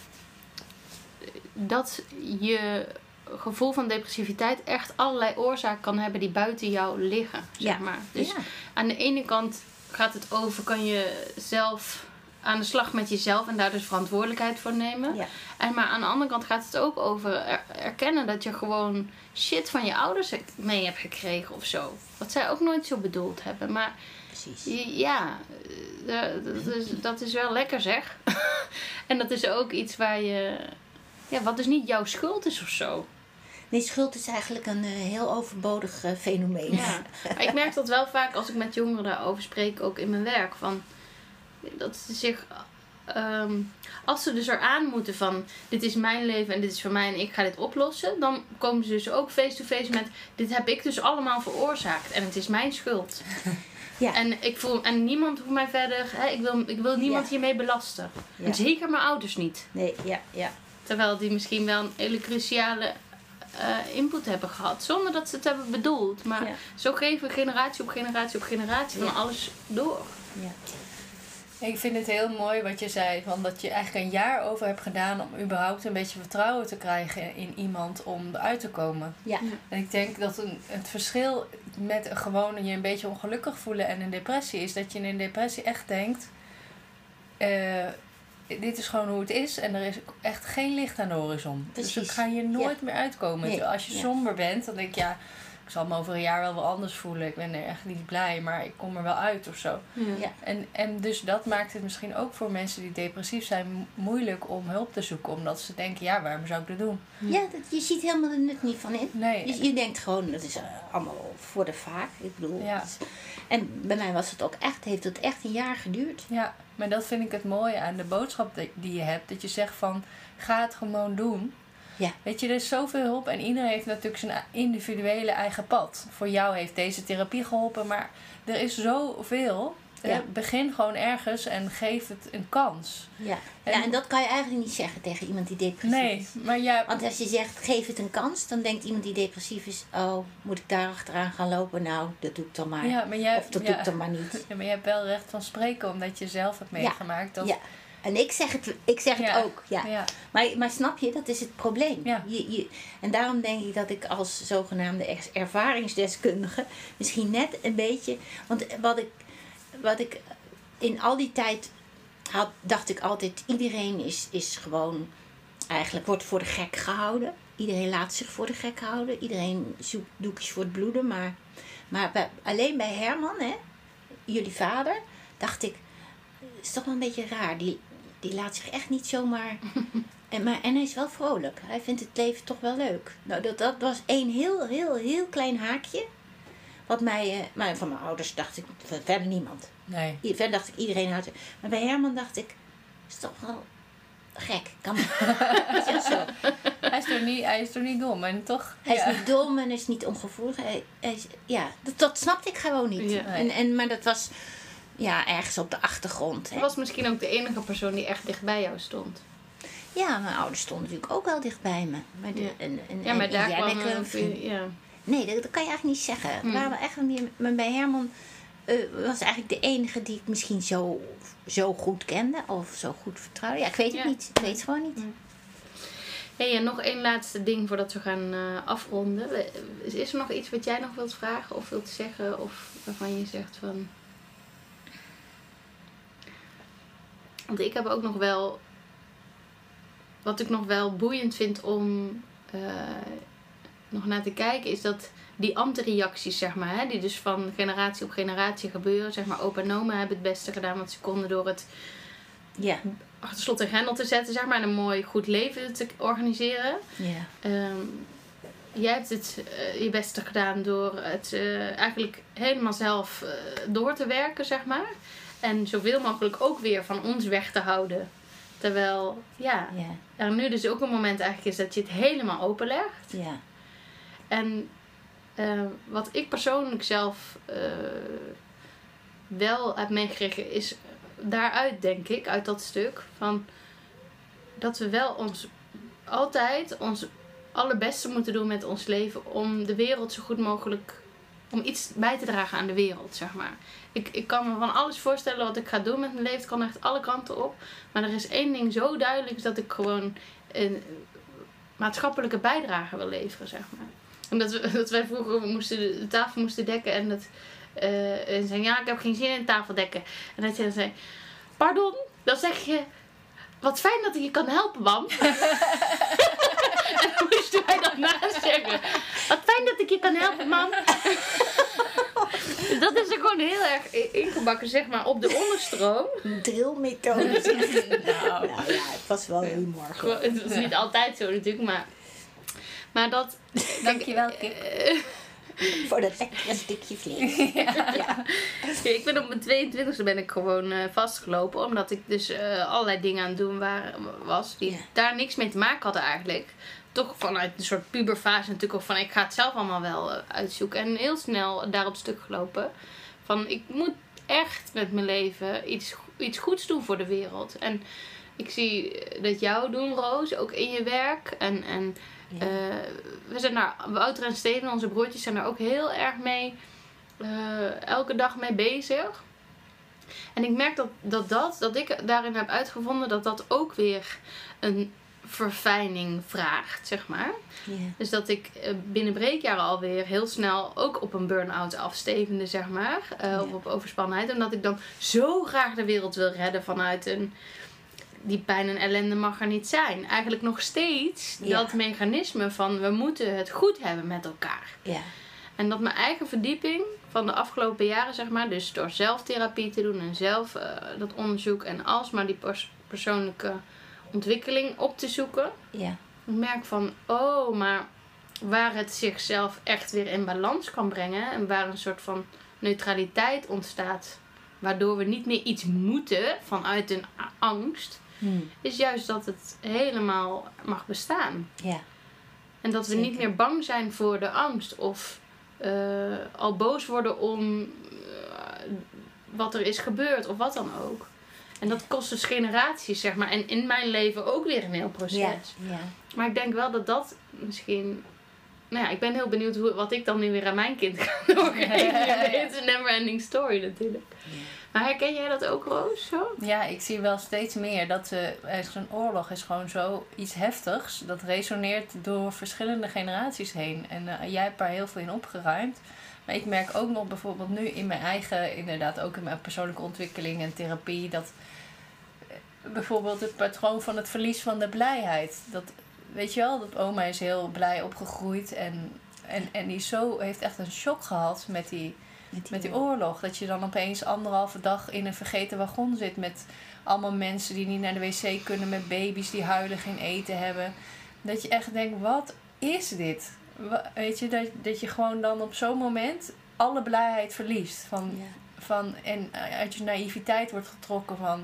dat je gevoel van depressiviteit echt allerlei oorzaken kan hebben die buiten jou liggen. Zeg ja. maar. Dus ja. aan de ene kant gaat het over... kan je zelf aan de slag met jezelf en daar dus verantwoordelijkheid voor nemen. Ja. En maar aan de andere kant gaat het ook over er- erkennen dat je gewoon shit van je ouders mee hebt gekregen of zo. Wat zij ook nooit zo bedoeld hebben. Maar precies. Ja, dat is, dat is wel lekker zeg. En dat is ook iets waar je... Ja, wat dus niet jouw schuld is of zo. Nee, schuld is eigenlijk een uh, heel overbodig uh, fenomeen. Ja, maar ik merk dat wel vaak als ik met jongeren daarover spreek, ook in mijn werk. Van, dat ze zich... Um, als ze dus eraan moeten van... dit is mijn leven en dit is voor mij en ik ga dit oplossen... dan komen ze dus ook face-to-face met... dit heb ik dus allemaal veroorzaakt en het is mijn schuld. Ja. En, ik voel, en niemand hoeft mij verder... Hè, ik, wil, ik wil niemand ja. hiermee belasten. Ja. En zeker mijn ouders niet. Nee, ja, ja. Terwijl die misschien wel een hele cruciale uh, input hebben gehad. Zonder dat ze het hebben bedoeld. Maar ja. zo geven we generatie op generatie op generatie van ja. alles door. Ja. Ik vind het heel mooi wat je zei. Van dat je eigenlijk een jaar over hebt gedaan om überhaupt een beetje vertrouwen te krijgen in iemand om eruit te komen. Ja. En ik denk dat een, het verschil met gewoon je een beetje ongelukkig voelen en een depressie is dat je in een depressie echt denkt... Uh, dit is gewoon hoe het is en er is echt geen licht aan de horizon. Precies. Dus dan ga je nooit ja. meer uitkomen. Nee. Als je ja. somber bent, dan denk je, ja, ik zal me over een jaar wel wel anders voelen. Ik ben er echt niet blij, maar ik kom er wel uit of zo. Ja. Ja. En, en dus dat maakt het misschien ook voor mensen die depressief zijn mo- moeilijk om hulp te zoeken. Omdat ze denken, ja, waarom zou ik dat doen? Ja, dat, je ziet helemaal de nut niet van in. Nee. Je, je denkt gewoon, dat is uh, allemaal voor de vaak. Ik bedoel, Ja. het is- en bij mij was het ook echt, heeft het echt een jaar geduurd. Ja, maar dat vind ik het mooie aan de boodschap die- die je hebt. Dat je zegt van, ga het gewoon doen. Ja. Weet je, er is zoveel hulp en iedereen heeft natuurlijk zijn individuele eigen pad. Voor jou heeft deze therapie geholpen, maar er is zoveel. Ja. Eh, begin gewoon ergens en geef het een kans. Ja. En- ja, en dat kan je eigenlijk niet zeggen tegen iemand die depressief Nee, is. maar ja, Want als je zegt, geef het een kans, dan denkt iemand die depressief is, oh, moet ik daar achteraan gaan lopen? Nou, dat doe ik dan maar. ja, maar jij, Of dat ja, doe ik dan maar niet. ja, maar je hebt wel recht van spreken, omdat je zelf hebt meegemaakt. Dat, Ja, en ik zeg het, ik zeg Ja. het ook. Ja. ja. Maar, maar snap je, dat is het probleem. Ja. Je, je, en daarom denk ik dat ik als zogenaamde er- ervaringsdeskundige misschien net een beetje... Want wat ik, wat ik in al die tijd had, dacht ik altijd... Iedereen is, is gewoon... Eigenlijk wordt voor de gek gehouden. Iedereen laat zich voor de gek houden. Iedereen zoekt doekjes voor het bloeden. Maar, maar bij, alleen bij Herman, hè, jullie vader, dacht ik... Het is toch wel een beetje raar. Die, die laat zich echt niet zomaar... En, maar, en hij is wel vrolijk. Hij vindt het leven toch wel leuk. Nou, dat, dat was één heel, heel, heel klein haakje. Wat mij... eh, maar van mijn ouders dacht ik... Verder niemand. Nee. I- Verder dacht ik iedereen houdt... Maar bij Herman dacht ik... Is toch wel gek. Kan maar. Is dat zo? Hij is toch niet, hij is toch niet dom en toch? Hij ja. is niet dom en hij is niet ongevoelig. Hij, hij is, ja, dat, dat snapte ik gewoon niet. Ja. En, en, maar dat was... Ja, ergens op de achtergrond. Hè. Hij was misschien ook de enige persoon die echt dicht bij jou stond. Ja, mijn ouders stonden natuurlijk ook wel dicht bij me. Maar, de, Ja. en, en, Ja, maar en daar Janneke, kwam... een eh, vriend- ja. Nee, dat, dat kan je eigenlijk niet zeggen. Het Mm. waren wel echt van die, maar bij Herman eh, was eigenlijk de enige die ik misschien zo, zo goed kende. Of zo goed vertrouwde. Ja, ik weet het Ja. niet. Ik weet het gewoon niet. Mm. Hey, en nog één laatste ding voordat we gaan eh, afronden. Is, is er nog iets wat jij nog wilt vragen of wilt zeggen? Of waarvan je zegt van... Want ik heb ook nog wel... Wat ik nog wel boeiend vind om eh, nog naar te kijken... is dat die antireacties, zeg maar... Hè, die dus van generatie op generatie gebeuren. Zeg maar, opa en oma hebben het beste gedaan wat ze konden door het... Ja. achter slot en grendel te zetten, zeg maar, en een mooi goed leven te organiseren. Ja. Ehm, jij hebt het eh, je beste gedaan door het eh, eigenlijk helemaal zelf eh, door te werken, zeg maar. En zoveel mogelijk ook weer van ons weg te houden. Terwijl, ja, Ja. er nu dus ook een moment eigenlijk is dat je het helemaal openlegt. Ja. En eh, wat ik persoonlijk zelf eh, wel heb meegekregen is daaruit, denk ik, uit dat stuk, van dat we wel ons altijd ons allerbeste moeten doen met ons leven om de wereld zo goed mogelijk, om iets bij te dragen aan de wereld, zeg maar. Ik, ik kan me van alles voorstellen wat ik ga doen met mijn leven. Het kan echt alle kanten op. Maar er is één ding zo duidelijk, is dat ik gewoon een maatschappelijke bijdrage wil leveren, zeg maar. Omdat we, dat wij vroeger moesten de, de tafel moesten dekken en dat uh, en zeiden, ja, ik heb geen zin in tafel dekken. En dat je dan zei, pardon, dan zeg je, wat fijn dat ik je kan helpen, mam. En dan moesten wij daarna zeggen, wat fijn dat ik je kan helpen, mam. Dat is er gewoon heel erg ingebakken, zeg maar, op de onderstroom. Drillmethode. nou, nou ja, het was wel humor. Gewoon, het is niet altijd zo natuurlijk, maar... Maar dat... Dankjewel, Kip. Uh, Voor dat lekkere stukje vlees. Ja. Ja. Ja, ik ben op mijn tweeëntwintigste ben ik gewoon uh, vastgelopen. Omdat ik dus uh, allerlei dingen aan het doen waar, was. Die Ja. daar niks mee te maken hadden eigenlijk. Toch vanuit een soort puberfase natuurlijk. Of van ik ga het zelf allemaal wel uh, uitzoeken. En heel snel daarop stuk gelopen. Van ik moet echt met mijn leven iets, iets goeds doen voor de wereld. En ik zie dat jou doen, Roos. Ook in je werk. En... en Ja. Uh, we zijn daar, Wouter en Steven, onze broertjes, zijn daar ook heel erg mee, uh, elke dag mee bezig. En ik merk dat, dat dat, dat ik daarin heb uitgevonden, dat dat ook weer een verfijning vraagt, zeg maar. Ja. Dus dat ik uh, binnen breekjaren alweer heel snel ook op een burn-out afstevende, zeg maar. Uh, Ja. Of op overspannenheid. Omdat ik dan zo graag de wereld wil redden vanuit een... Die pijn en ellende mag er niet zijn. Eigenlijk nog steeds Ja. dat mechanisme van we moeten het goed hebben met elkaar. Ja. En dat mijn eigen verdieping van de afgelopen jaren, zeg maar, dus door zelftherapie te doen en zelf uh, dat onderzoek en alsmaar die pers- persoonlijke ontwikkeling op te zoeken. Ja. Ik merk van, oh, maar waar het zichzelf echt weer in balans kan brengen en waar een soort van neutraliteit ontstaat, waardoor we niet meer iets moeten vanuit een angst, Hmm. is juist dat het helemaal mag bestaan. Ja. En dat we Zeker. niet meer bang zijn voor de angst of uh, al boos worden om uh, wat er is gebeurd of wat dan ook. En dat kost dus generaties, zeg maar. En in mijn leven ook weer een heel proces. Ja. Ja. Maar ik denk wel dat dat misschien... Nou ja, ik ben heel benieuwd hoe, wat ik dan nu weer aan mijn kind ga doorgeven. Het is een never ending story natuurlijk. Ja. Maar herken jij dat ook, Roos? Zo? Ja, ik zie wel steeds meer dat uh, zo'n oorlog is gewoon zo iets heftigs. Dat resoneert door verschillende generaties heen. En uh, jij hebt daar heel veel in opgeruimd. Maar ik merk ook nog bijvoorbeeld nu in mijn eigen, inderdaad ook in mijn persoonlijke ontwikkeling en therapie, dat uh, bijvoorbeeld het patroon van het verlies van de blijheid. Dat, weet je wel, dat oma is heel blij opgegroeid en, en, en die zo heeft echt een shock gehad met die... Met die, met die oorlog. Dat je dan opeens anderhalve dag in een vergeten wagon zit. Met allemaal mensen die niet naar de wc kunnen. Met baby's die huilen, geen eten hebben. Dat je echt denkt, wat is dit? Weet je, dat, dat je gewoon dan op zo'n moment alle blijheid verliest. Van, Ja. van, en uit je naïviteit wordt getrokken van...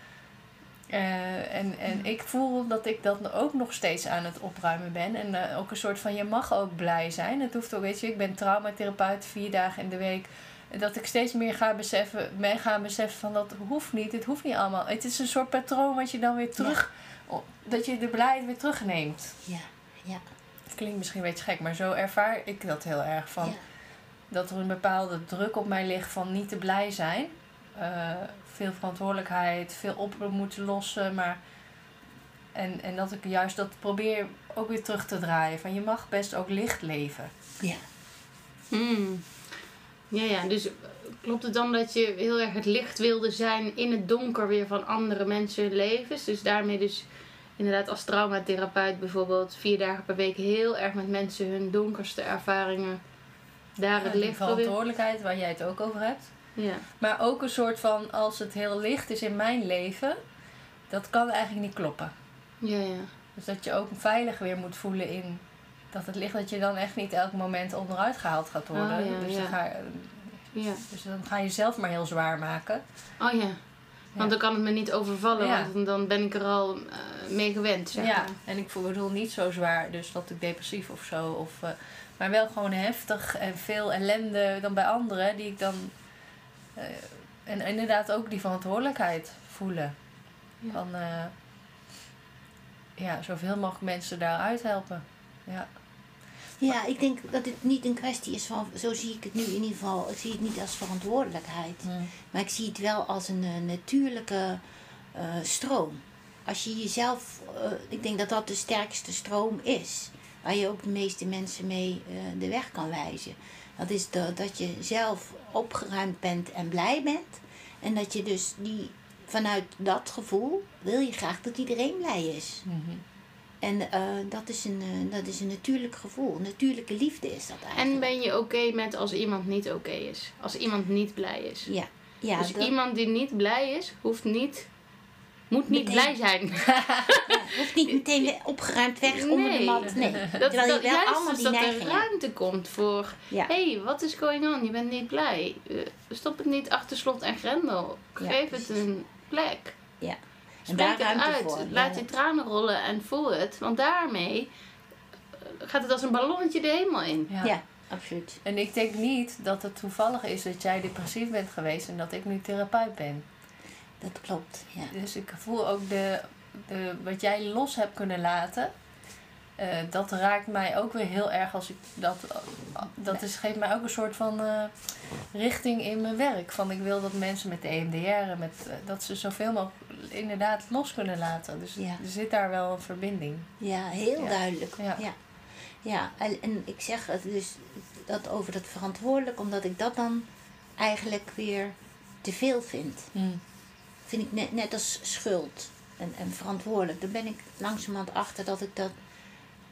Uh, en, en ik voel dat ik dat ook nog steeds aan het opruimen ben. En uh, ook een soort van, je mag ook blij zijn. Het hoeft ook, weet je, ik ben traumatherapeut vier dagen in de week. Dat ik steeds meer ga beseffen, mij ga beseffen van dat hoeft niet. Het hoeft niet allemaal. Het is een soort patroon wat je dan weer terug... Ja. Dat je de blijheid weer terugneemt. Ja, ja. Het klinkt misschien een beetje gek, maar zo ervaar ik dat heel erg. Van, Ja. Dat er een bepaalde druk op mij ligt van niet te blij zijn. Uh, veel verantwoordelijkheid, veel op moeten lossen, maar en, en dat ik juist dat probeer ook weer terug te draaien. Van je mag best ook licht leven. Ja. Hmm. Ja, ja, dus klopt het dan dat je heel erg het licht wilde zijn in het donker weer van andere mensen levens? Dus daarmee dus inderdaad als traumatherapeut bijvoorbeeld vier dagen per week heel erg met mensen hun donkerste ervaringen daar het Ja, licht die verantwoordelijkheid waar jij het ook over hebt. Ja. Maar ook een soort van, als het heel licht is in mijn leven, dat kan eigenlijk niet kloppen. Ja, ja. Dus dat je ook veilig weer moet voelen in dat het licht, dat je dan echt niet elk moment onderuit gehaald gaat worden. Oh, ja, dus, ja. Dan ga, Ja. dus dan ga je zelf maar heel zwaar maken. Oh ja. Want dan kan het me niet overvallen, Ja. want dan ben ik er al uh, mee gewend, zeg Ja, maar. en ik bedoel niet zo zwaar, dus dat ik depressief of zo. Of, uh, maar wel gewoon heftig en veel ellende dan bij anderen, die ik dan... Uh, en inderdaad ook die verantwoordelijkheid voelen. Ja. Van uh, ja, zoveel mogelijk mensen daaruit helpen. Ja. Ja, ik denk dat het niet een kwestie is van, zo zie ik het nu in ieder geval, ik zie het niet als verantwoordelijkheid. Hmm. Maar ik zie het wel als een uh, natuurlijke uh, stroom. Als je jezelf, uh, ik denk dat dat de sterkste stroom is. Waar je ook de meeste mensen mee uh, de weg kan wijzen. Dat is de, dat je zelf opgeruimd bent en blij bent. En dat je dus die, vanuit dat gevoel wil je graag dat iedereen blij is. Mm-hmm. En uh, dat, is een, uh, dat is een natuurlijk gevoel. Natuurlijke liefde is dat eigenlijk. En ben je oké met als iemand niet oké is? Als iemand niet blij is? Ja. Ja, dus dat... iemand die niet blij is, hoeft niet... Moet niet Meteen. blij zijn. Ja, hoeft niet meteen opgeruimd weg Nee. onder de mat. Nee. Dat, Terwijl je dat, wel juist allemaal dus die dat er neigingen. ruimte komt voor... Ja. Hé, hey, wat is going on? Je bent niet blij. Uh, stop het niet achter slot en grendel. Ja, Geef precies. het een plek. Ja. En Spreek daar het ruimte uit. voor. Laat Ja. je tranen rollen en voel het. Want daarmee uh, gaat het als een ballonnetje de hemel in. Ja. Ja, absoluut. En ik denk niet dat het toevallig is dat jij depressief bent geweest en dat ik nu therapeut ben. Dat klopt. Ja. Dus ik voel ook de, de, wat jij los hebt kunnen laten. Uh, dat raakt mij ook weer heel erg als ik dat. Dat is, geeft mij ook een soort van uh, richting in mijn werk. Van ik wil dat mensen met de E M D R, met, uh, dat ze zoveel mogelijk inderdaad los kunnen laten. Dus Ja. er zit daar wel een verbinding. Ja, heel Ja. duidelijk. Ja. Ja. Ja, en, en ik zeg het dus dat over dat verantwoordelijk, omdat ik dat dan eigenlijk weer te veel vind. Hmm. Vind ik net, net als schuld en, en verantwoordelijk. Daar ben ik langzamerhand achter dat ik dat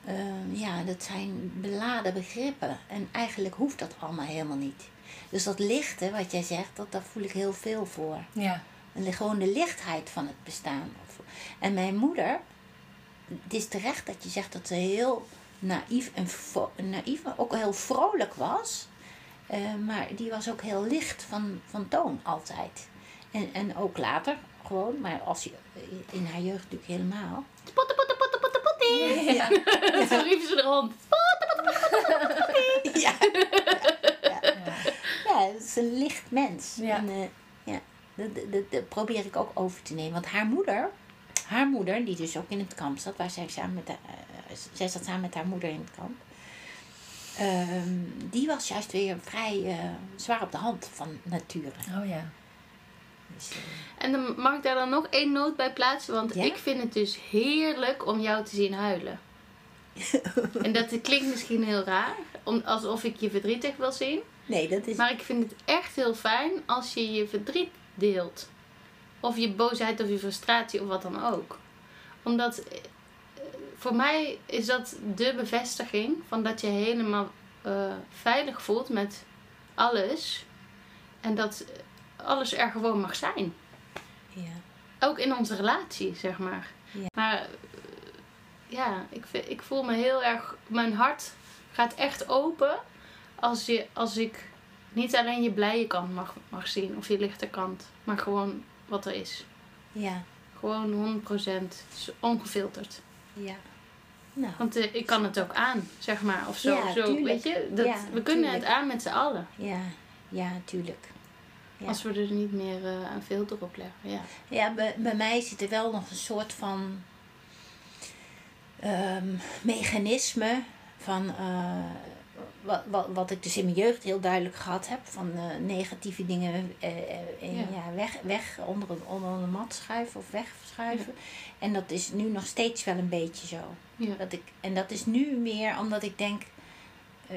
uh, ja, dat zijn beladen begrippen. En eigenlijk hoeft dat allemaal helemaal niet. Dus dat lichte, wat jij zegt, dat, daar voel ik heel veel voor. Ja. En gewoon de lichtheid van het bestaan. En mijn moeder, het is terecht dat je zegt dat ze heel naïef en vo- naïef, maar ook heel vrolijk was. Uh, maar die was ook heel licht van, van toon altijd. En, en ook later gewoon, maar als je in haar jeugd natuurlijk helemaal. Potte, potte, potte, potte, potte. Ja. Ja. Zo riepen ze de hond. Potte, potte, potte, potte, potte. Ja. Ja. Ja. Ja, het is een licht mens. Ja. En, uh, ja, dat, dat, dat, dat probeer ik ook over te nemen. Want haar moeder, haar moeder, die dus ook in het kamp zat, waar zij samen met haar, uh, zij zat samen met haar moeder in het kamp. Uh, die was juist weer vrij uh, zwaar op de hand van nature. Oh ja. Dus, uh, En dan mag ik daar dan nog één noot bij plaatsen. Want ja? ik vind het dus heerlijk om jou te zien huilen. En dat klinkt misschien heel raar. Om, alsof ik je verdrietig wil zien. nee, dat is... Maar ik vind het echt heel fijn als je je verdriet deelt. Of je boosheid of je frustratie of wat dan ook. Omdat eh, voor mij is dat de bevestiging van dat je helemaal uh, veilig voelt met alles. En dat alles er gewoon mag zijn. Ja. Ook in onze relatie, zeg maar. Ja. Maar uh, ja, ik, vind, ik voel me heel erg... Mijn hart gaat echt open als, je, als ik niet alleen je blije kant mag, mag zien. Of je lichte kant. Maar gewoon wat er is. Ja. Gewoon honderd procent ongefilterd. Ja. Nou. Want uh, ik kan het ook aan, zeg maar. Of zo, Ja, zo tuurlijk. weet je. Dat, Ja, we kunnen tuurlijk. het aan met z'n allen. Ja, ja, tuurlijk. Ja. Als we er niet meer uh, een filter op leggen. Ja. Ja, bij, bij mij zit er wel nog een soort van um, mechanisme van uh, wat, wat, wat ik dus in mijn jeugd heel duidelijk gehad heb. Van uh, negatieve dingen uh, in, Ja. ja, weg, weg onder, een, onder de mat schuiven of wegschuiven. Ja. En dat is nu nog steeds wel een beetje zo. Ja. Dat ik, en dat is nu meer omdat ik denk... Uh,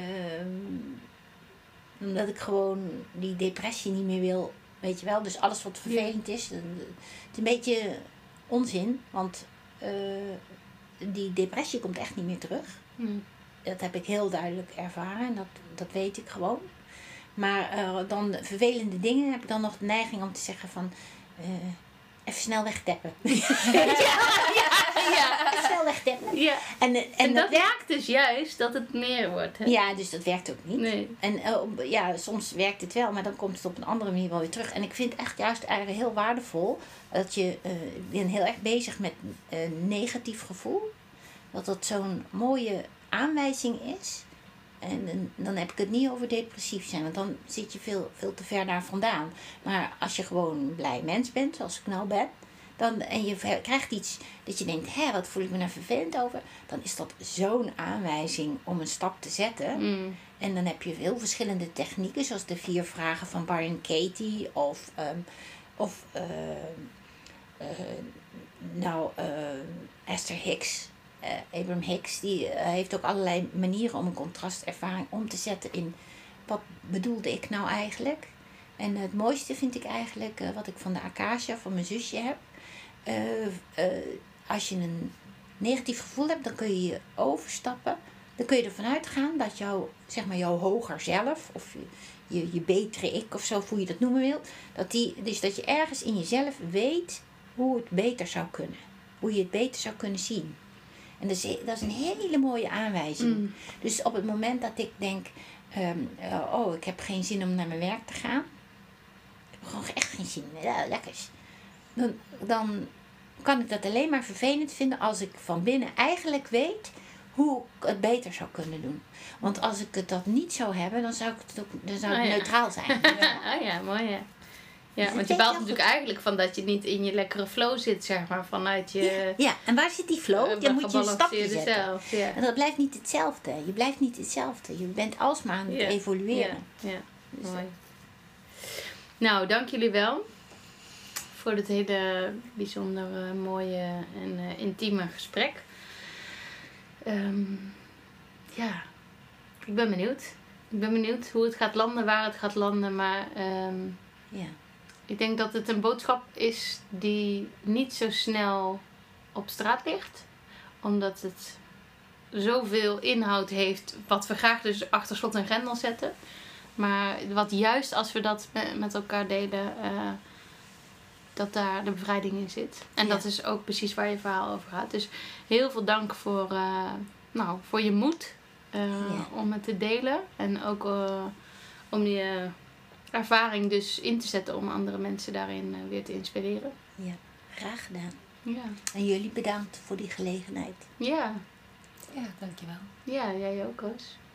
omdat ik gewoon die depressie niet meer wil, weet je wel. Dus alles wat vervelend is, het is een beetje onzin. Want uh, die depressie komt echt niet meer terug. Hmm. Dat heb ik heel duidelijk ervaren en dat, dat weet ik gewoon. Maar uh, dan de vervelende dingen heb ik dan nog de neiging om te zeggen van... Uh, even snel wegdeppen. ja, ja, ja. Even snel wegdeppen. Ja. En, en, En dat, dat werkt. maakt dus juist dat het meer wordt. Hè? Ja, dus dat werkt ook niet. Nee. En uh, ja, soms werkt het wel, maar dan komt het op een andere manier wel weer terug. En ik vind het echt juist eigenlijk heel waardevol dat je... Uh, ik ben heel erg bezig met uh, negatief gevoel. Dat dat zo'n mooie aanwijzing is. En, en dan heb ik het niet over depressief zijn, want dan zit je veel, veel te ver daar vandaan. Maar als je gewoon een blij mens bent, zoals ik nou ben... Dan, en je krijgt iets dat je denkt, hé, wat voel ik me nou vervelend over? Dan is dat zo'n aanwijzing om een stap te zetten. Mm. En dan heb je heel verschillende technieken, zoals de vier vragen van Byron Katie. Of, um, of uh, uh, nou, uh, Esther Hicks, uh, Abraham Hicks. Die uh, heeft ook allerlei manieren om een contrastervaring om te zetten in... Wat bedoelde ik nou eigenlijk? En het mooiste vind ik eigenlijk, uh, wat ik van de Acacia, van mijn zusje heb... Uh, uh, als je een negatief gevoel hebt, dan kun je je overstappen. Dan kun je ervan uitgaan dat jouw, zeg maar, jouw hoger zelf, of je, je, je betere ik, of zo, hoe je dat noemen wilt, dat die, dus dat je ergens in jezelf weet hoe het beter zou kunnen. Hoe je het beter zou kunnen zien. En dat is, dat is een hele mooie aanwijzing. Mm. Dus op het moment dat ik denk, um, uh, oh, ik heb geen zin om naar mijn werk te gaan. Ik heb gewoon echt geen zin. Ja, lekkers. Dan, dan kan ik dat alleen maar vervelend vinden als ik van binnen eigenlijk weet hoe ik het beter zou kunnen doen. Want als ik het dat niet zou hebben, dan zou ik het ook, dan zou ik Oh, ja. neutraal zijn. Ja. Oh ja, mooi ja. Ja, Dus want ik je denk baalt dat natuurlijk het- eigenlijk van dat je niet in je lekkere flow zit, zeg maar, vanuit je Ja, ja, en waar zit die flow? eh, Dan moet je een stapje gebalanceerde zetten. zelf. Ja. En dat blijft niet hetzelfde. Je blijft niet hetzelfde. Je bent alsmaar aan het Ja. evolueren. Ja, ja. Dus, Mooi. Nou, dank jullie wel voor dit hele bijzondere, mooie en uh, intieme gesprek. Um, ja, ik ben benieuwd. Ik ben benieuwd hoe het gaat landen, waar het gaat landen, maar um, ja. ik denk dat het een boodschap is die niet zo snel op straat ligt, omdat het zoveel inhoud heeft, wat we graag dus achter slot en grendel zetten. Maar wat juist als we dat met, met elkaar delen, uh, dat daar de bevrijding in zit. En ja. dat is ook precies waar je verhaal over gaat. Dus heel veel dank voor, uh, nou, voor je moed uh, ja. om het te delen. En ook uh, om je ervaring dus in te zetten om andere mensen daarin uh, weer te inspireren. Ja, graag gedaan. Ja. En jullie bedankt voor die gelegenheid. Ja. Ja, dankjewel. Ja, jij ook, Koos.